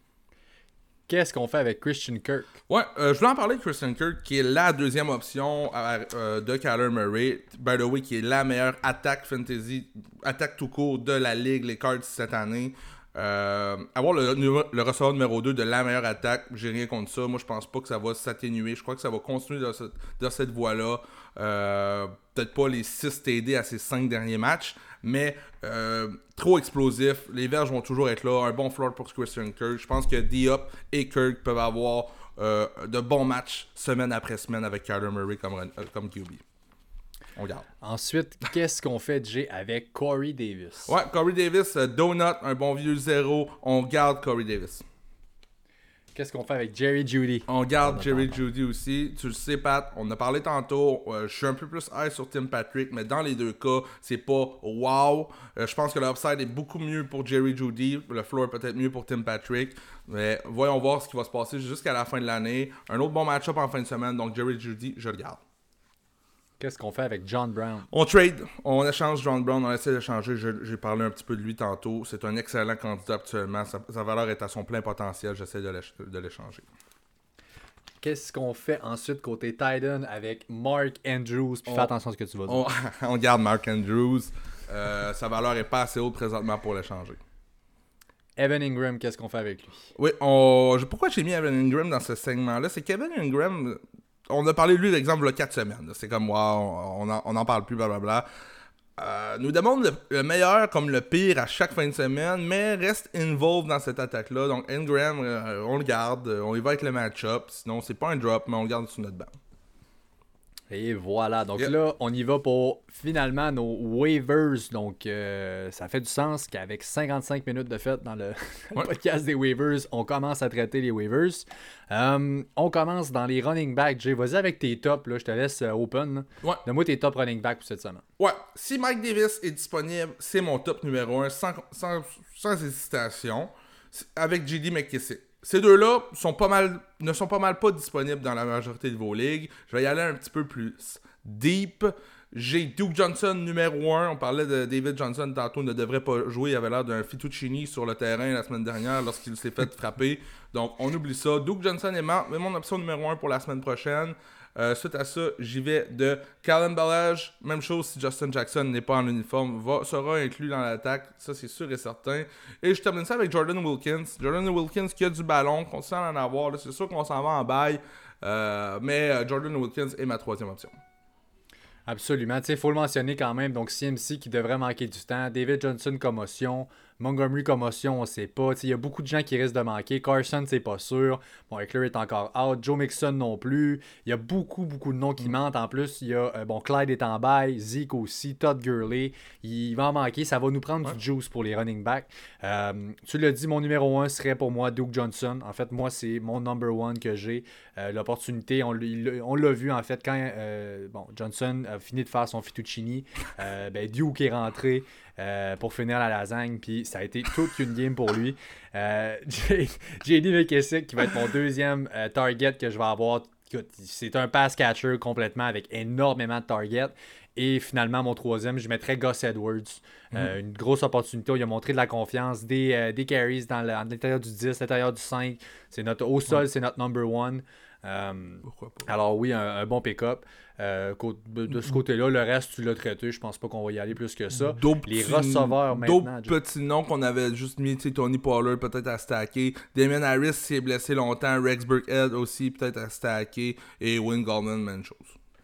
[SPEAKER 1] Qu'est-ce qu'on fait avec Christian Kirk?
[SPEAKER 2] Ouais, euh, je voulais en parler de Christian Kirk, qui est la deuxième option euh, de Kyler Murray. By the way, qui est la meilleure attaque fantasy, attaque tout court de la ligue, les Cards cette année. Euh, avoir le, le receveur numéro deux de la meilleure attaque, j'ai rien contre ça. Moi, je pense pas que ça va s'atténuer. Je crois que ça va continuer dans cette, dans cette voie-là. Euh, peut-être pas les six T D à ces cinq derniers matchs, mais euh, trop explosif. Les verges vont toujours être là. Un bon floor pour Christian Kirk. Je pense que Diop et Kirk peuvent avoir euh, de bons matchs semaine après semaine avec Kyler Murray comme, euh, comme Q B. On garde.
[SPEAKER 1] Ensuite, qu'est-ce qu'on fait, Jay, avec Corey Davis?
[SPEAKER 2] Ouais, Corey Davis, euh, Donut, un bon vieux zéro. On garde Corey Davis.
[SPEAKER 1] Qu'est-ce qu'on fait avec Jerry Jeudy?
[SPEAKER 2] On garde Jerry Jeudy aussi. Tu le sais, Pat, on a parlé tantôt. Euh, je suis un peu plus high sur Tim Patrick, mais dans les deux cas, c'est pas wow. Euh, je pense que l'upside est beaucoup mieux pour Jerry Jeudy. Le floor est peut-être mieux pour Tim Patrick. Mais voyons voir ce qui va se passer jusqu'à la fin de l'année. Un autre bon match-up en fin de semaine, donc Jerry Jeudy, je le garde.
[SPEAKER 1] Qu'est-ce qu'on fait avec John Brown?
[SPEAKER 2] On trade, on échange John Brown, on essaie d'échanger. J'ai parlé un petit peu de lui tantôt. C'est un excellent candidat actuellement. Sa, sa valeur est à son plein potentiel. J'essaie de l'échanger.
[SPEAKER 1] Qu'est-ce qu'on fait ensuite côté Titan avec Mark Andrews? Puis
[SPEAKER 2] on,
[SPEAKER 1] fais attention à ce que tu vas dire.
[SPEAKER 2] On, on garde Mark Andrews. Euh, sa valeur est pas assez haute présentement pour l'échanger.
[SPEAKER 1] Evan Ingram, qu'est-ce qu'on fait avec lui?
[SPEAKER 2] Oui, on, pourquoi j'ai mis Evan Ingram dans ce segment-là? C'est qu'Evan Ingram... On a parlé de lui, l'exemple, il y a quatre semaines. C'est comme, wow, on n'en on en parle plus, blablabla. Euh, nous demande le, le meilleur comme le pire à chaque fin de semaine, mais reste involved dans cette attaque-là. Donc, Ingram, euh, on le garde. On y va avec le match-up. Sinon, c'est pas un drop, mais on le garde sur notre banc.
[SPEAKER 1] Et voilà, donc
[SPEAKER 2] yeah.
[SPEAKER 1] là, on y va pour finalement nos waivers. Donc, euh, ça fait du sens qu'avec cinquante-cinq minutes de fête dans le, le
[SPEAKER 2] ouais.
[SPEAKER 1] podcast des waivers, on commence à traiter les waivers. Um, on commence dans les running backs. Jay, vas-y avec tes tops, là, je te laisse euh, open.
[SPEAKER 2] Ouais.
[SPEAKER 1] Donne-moi tes top running backs pour cette semaine.
[SPEAKER 2] Ouais, si Mike Davis est disponible, c'est mon top numéro un, sans, sans, sans hésitation, avec J D McKissic. Ces deux-là sont pas mal, ne sont pas mal pas disponibles dans la majorité de vos ligues. Je vais y aller un petit peu plus deep. J'ai Duke Johnson numéro un. On parlait de David Johnson tantôt, ne devrait pas jouer. Il avait l'air d'un Fettuccini sur le terrain la semaine dernière lorsqu'il s'est fait frapper. Donc, on oublie ça. Duke Johnson est mort, mais mon option numéro un pour la semaine prochaine. Euh, suite à ça, j'y vais de Callum Ballage. Même chose si Justin Jackson n'est pas en uniforme, va, sera inclus dans l'attaque. Ça, c'est sûr et certain. Et je termine ça avec Jordan Wilkins. Jordan Wilkins qui a du ballon, continue à en avoir. Là, c'est sûr qu'on s'en va en bail. Euh, mais euh, Jordan Wilkins est ma troisième option.
[SPEAKER 1] Absolument. Tu sais, il faut le mentionner quand même. Donc, C M C qui devrait manquer du temps. David Johnson, commotion. Montgomery, commotion, on sait pas. Il y a beaucoup de gens qui risquent de manquer. Carson, c'est pas sûr. Bon, Eckler est encore out. Joe Mixon non plus. Il y a beaucoup, beaucoup de noms qui mm. mentent. En plus, il y a, euh, bon, Clyde est en bail. Zeke aussi. Todd Gurley. Il va en manquer. Ça va nous prendre ouais. du juice pour les running backs. Euh, tu l'as dit, mon numéro un serait pour moi Duke Johnson. En fait, moi, c'est mon number one que j'ai. Euh, l'opportunité, on, on l'a vu, en fait, quand euh, bon, Johnson a fini de faire son Fettuccini. Euh, ben, Duke est rentré. Euh, pour finir la lasagne, puis ça a été toute une game pour lui. Euh, J D McKissic qui va être mon deuxième euh, target que je vais avoir. C'est un pass catcher complètement avec énormément de targets. Et finalement, mon troisième, je mettrais Gus Edwards. Euh, mm-hmm. Une grosse opportunité. Il a montré de la confiance, des, euh, des carries dans, le, dans l'intérieur du dix, l'intérieur du cinq. C'est notre, au sol, ouais. c'est notre number one. Euh, Pourquoi pas? Alors oui, un, un bon pick-up. Euh, de ce côté-là, le reste, tu l'as traité. Je pense pas qu'on va y aller plus que ça.
[SPEAKER 2] D'autres
[SPEAKER 1] les
[SPEAKER 2] petits,
[SPEAKER 1] receveurs maintenant.
[SPEAKER 2] D'autres petits noms qu'on avait juste mis, Tony Pollard peut-être à stacker. Damien Harris s'est blessé longtemps. Rex Burkhead aussi peut-être à stacker. Et Wayne Gallman, même chose.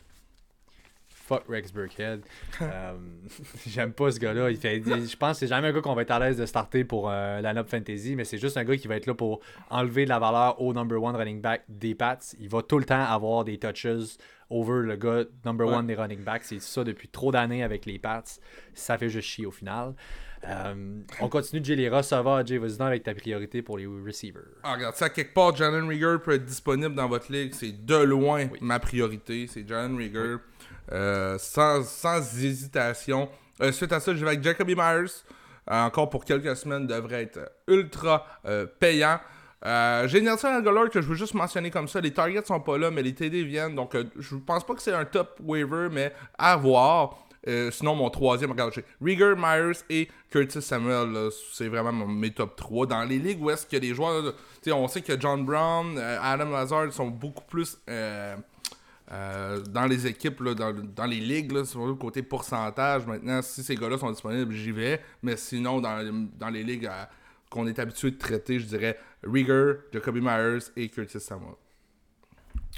[SPEAKER 1] Fuck Rex Burkhead. euh, J'aime pas ce gars-là. Il fait, je pense que c'est jamais un gars qu'on va être à l'aise de starter pour euh, la Line-Up Fantasy, mais c'est juste un gars qui va être là pour enlever de la valeur au number one running back des Pats. Il va tout le temps avoir des touches over le gars number ouais. one des running backs. C'est ça depuis trop d'années avec les Pats. Ça fait juste chier au final. Euh, on continue de gérer les receveurs. Jay, vas-y avec ta priorité pour les receivers.
[SPEAKER 2] Ah, regarde, ça quelque part, Jalen Reagor peut être disponible dans votre ligue. C'est de loin oui. ma priorité. C'est Jalen Reagor. Oui. Euh, sans, sans hésitation. Euh, suite à ça, je vais avec Jacoby Myers. Euh, encore pour quelques semaines, devrait être ultra euh, payant. Euh, j'ai Nelson Aguilar que je veux juste mentionner comme ça. Les targets sont pas là, mais les T D viennent. Donc, euh, je pense pas que c'est un top waiver, mais à voir. Euh, sinon, mon troisième, regarde, j'ai Reagor, Myers et Curtis Samuel. Là, c'est vraiment mon, mes top trois. Dans les ligues où est-ce qu'il y a des joueurs, là, on sait que John Brown, euh, Adam Lazard sont beaucoup plus... Euh, Euh, dans les équipes, là, dans, dans les ligues, là, sur le côté pourcentage, maintenant, si ces gars-là sont disponibles, j'y vais. Mais sinon, dans, dans les ligues à, qu'on est habitué de traiter, je dirais Reagor, Jacoby Myers et Curtis Samuel.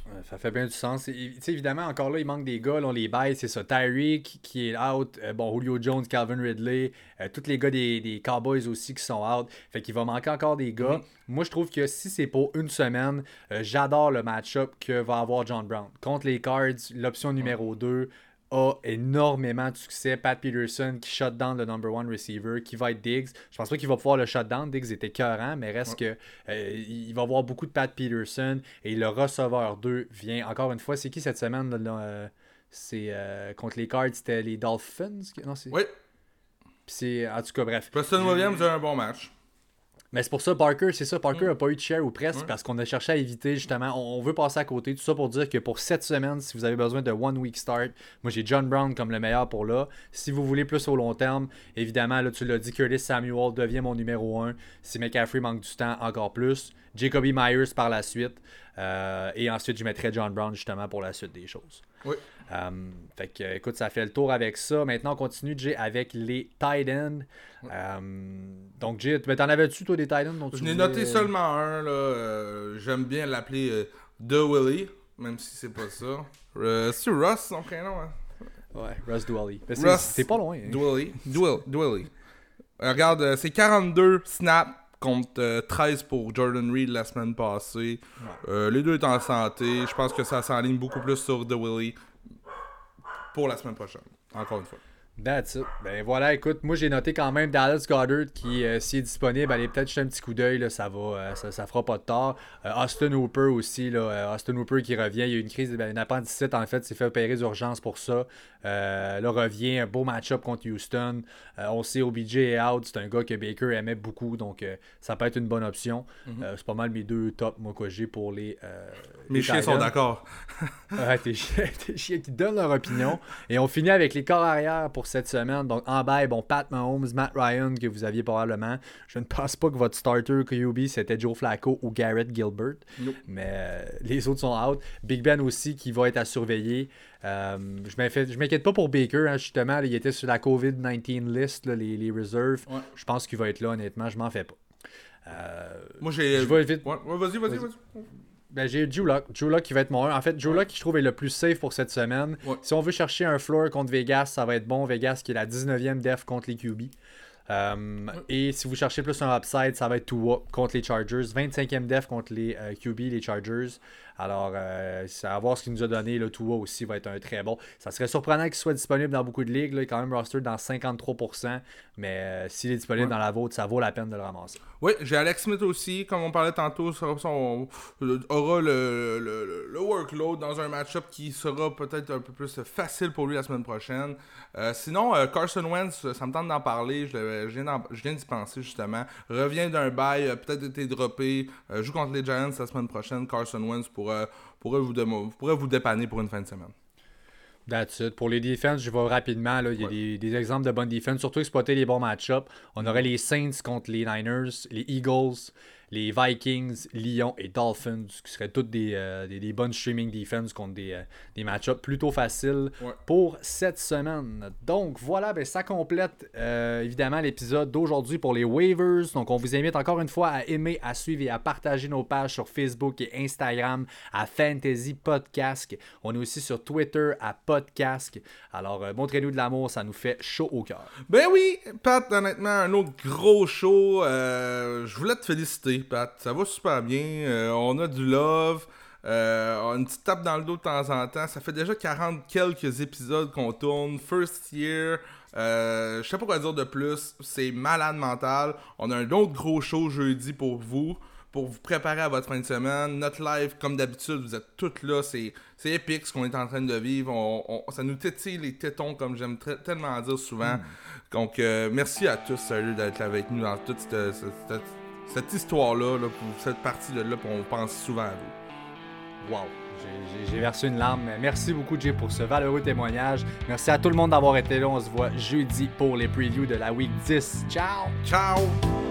[SPEAKER 1] Ça fait bien du sens. Et, évidemment, encore là, il manque des gars. Là, on les baille. C'est ça. Tyreek qui est out. Euh, bon, Julio Jones, Calvin Ridley. Euh, tous les gars des, des Cowboys aussi qui sont out. Fait qu'il va manquer encore des gars. Mm-hmm. Moi, je trouve que si c'est pour une semaine, euh, j'adore le match-up que va avoir John Brown. Contre les Cards, l'option numéro deux a énormément de succès. Pat Peterson qui shut down le number one receiver, qui va être Diggs. Je pense pas qu'il va pouvoir le shut down. Diggs était écœurant, mais reste ouais. que euh, il va avoir beaucoup de Pat Peterson et le receveur deux vient. Encore une fois, c'est qui cette semaine? Là, euh, c'est euh, contre les Cards, c'était les Dolphins? Non, c'est...
[SPEAKER 2] Oui.
[SPEAKER 1] Puis c'est, en tout cas, bref.
[SPEAKER 2] Preston Williams a un bon match.
[SPEAKER 1] Mais c'est pour ça, Parker, c'est ça, Parker n'a mm. pas eu de share ou presque
[SPEAKER 2] ouais.
[SPEAKER 1] parce qu'on a cherché à éviter justement, on, on veut passer à côté. Tout ça pour dire que pour cette semaine, si vous avez besoin de one week start, moi j'ai John Brown comme le meilleur pour là. Si vous voulez plus au long terme, évidemment, là tu l'as dit, Curtis Samuel devient mon numéro un. Si McCaffrey manque du temps, encore plus. Jacoby Myers par la suite. Euh, et ensuite, je mettrai John Brown justement pour la suite des choses.
[SPEAKER 2] Oui.
[SPEAKER 1] Um, fait que, écoute, ça fait le tour avec ça. Maintenant, on continue, Jay, avec les tight ends. Ouais. Um, donc, Jay, t'en avais-tu, toi, des tight ends?
[SPEAKER 2] Je n'ai voulais... noté seulement un. Là, euh, j'aime bien l'appeler euh, The Willie, même si c'est pas ça. Euh, c'est Russ, son prénom. Hein?
[SPEAKER 1] Ouais, Russ Dwelly. C'est,
[SPEAKER 2] Russ
[SPEAKER 1] c'est pas loin. Hein?
[SPEAKER 2] Dwelly. Dwelly. Dwelly. Euh, regarde, euh, c'est quarante-deux snaps contre euh, treize pour Jordan Reed la semaine passée. Ouais. Euh, les deux sont en santé. Je pense que ça s'enligne beaucoup plus sur The Willie pour la semaine prochaine, encore une fois.
[SPEAKER 1] That's it. Ben voilà, écoute, moi j'ai noté quand même Dallas Goedert qui, euh, s'il est disponible, allez peut-être jeter un petit coup d'œil, là, ça va, euh, ça, ça fera pas de tort. Euh, Austin Hooper aussi, là, euh, Austin Hooper qui revient, il y a eu une crise, ben, une appendicite en fait, s'est fait opérer d'urgence pour ça. Euh, là revient, un beau match-up contre Houston. Euh, on sait O B J est out, c'est un gars que Baker aimait beaucoup, donc euh, ça peut être une bonne option. Mm-hmm. Euh, c'est pas mal mes deux tops, moi, que j'ai pour les. Euh,
[SPEAKER 2] mes chiens sont d'accord.
[SPEAKER 1] Ouais, tes chiens, tes chiens qui donnent leur opinion. Et on finit avec les corps arrière pour cette semaine. Donc, en bail, bon, Pat Mahomes, Matt Ryan, que vous aviez probablement. Je ne pense pas que votre starter Q B, c'était Joe Flacco ou Garrett Gilbert. Nope. Mais euh, les autres sont out. Big Ben aussi, qui va être à surveiller. Euh, je ne m'inquiète pas pour Baker, hein, justement. Là, il était sur la covid dix-neuf list, là, les, les reserves. Ouais. Je pense qu'il va être là, honnêtement. Je m'en fais pas. Euh,
[SPEAKER 2] Moi, j'ai...
[SPEAKER 1] Je vais vite...
[SPEAKER 2] Ouais, ouais, vas-y, vas-y, vas-y.
[SPEAKER 1] Ben, j'ai Drew Lock. Drew Lock qui va être mon un. En fait, Drew ouais. Lock, je trouve, est le plus safe pour cette semaine. Ouais. Si on veut chercher un floor contre Vegas, ça va être bon. Vegas qui est la dix-neuvième def contre les Q B. Um, ouais. Et si vous cherchez plus un upside, ça va être Tua contre les Chargers. vingt-cinquième def contre les euh, Q B, les Chargers. Alors, euh, c'est à voir ce qu'il nous a donné. Le Tua aussi va être un très bon. Ça serait surprenant qu'il soit disponible dans beaucoup de ligues. Là. Il est quand même roster dans cinquante-trois pour cent. Mais euh, s'il est disponible ouais. dans la vôtre, ça vaut la peine de le ramasser.
[SPEAKER 2] Oui, j'ai Alex Smith aussi. Comme on parlait tantôt, son, aura le, le, le workload dans un match-up qui sera peut-être un peu plus facile pour lui la semaine prochaine. Euh, sinon, euh, Carson Wentz, ça me tente d'en parler. Je, je, viens, d'en, je viens d'y penser justement. Revient d'un bail, euh, peut-être été droppé. Euh, joue contre les Giants la semaine prochaine. Carson Wentz pourrait, pourrait, vous, démo, pourrait vous dépanner pour une fin de semaine.
[SPEAKER 1] That's it. Pour les défenses, je vais rapidement. Là, il y a ouais. des, des exemples de bonnes défenses. Surtout exploiter les bons match-ups. On aurait les Saints contre les Niners, les Eagles, les Vikings, Lions et Dolphins, qui seraient toutes des, euh, des, des bonnes streaming defense contre des, euh, des match-ups plutôt faciles ouais. pour cette semaine. Donc voilà, ben, ça complète euh, évidemment l'épisode d'aujourd'hui pour les waivers. Donc on vous invite encore une fois à aimer, à suivre et à partager nos pages sur Facebook et Instagram à Fantasy Podcast. On est aussi sur Twitter à Podcast. Alors euh, montrez-nous de l'amour, ça nous fait chaud au cœur.
[SPEAKER 2] Ben oui, Pat, honnêtement, un autre gros show. Euh, je voulais te féliciter, Pat. Ça va super bien. Euh, on a du love. Euh, une petite tape dans le dos de temps en temps. Ça fait déjà quarante quelques épisodes qu'on tourne. First year. Euh, je sais pas quoi dire de plus. C'est malade mental. On a un autre gros show jeudi pour vous. Pour vous préparer à votre fin de semaine. Notre live, comme d'habitude, vous êtes toutes là. C'est, c'est épique ce qu'on est en train de vivre. On, on, ça nous tétille les tétons, comme j'aime t- tellement dire souvent. Mm. Donc, euh, merci à tous, sérieux, d'être là avec nous dans toute cette, cette, cette, cette histoire-là, là, pour cette partie-là, là, on pense souvent à vous.
[SPEAKER 1] Wow! J'ai, j'ai versé une larme. Merci beaucoup, Jay, pour ce valeureux témoignage. Merci à tout le monde d'avoir été là. On se voit jeudi pour les previews de la Week dix. Ciao!
[SPEAKER 2] Ciao!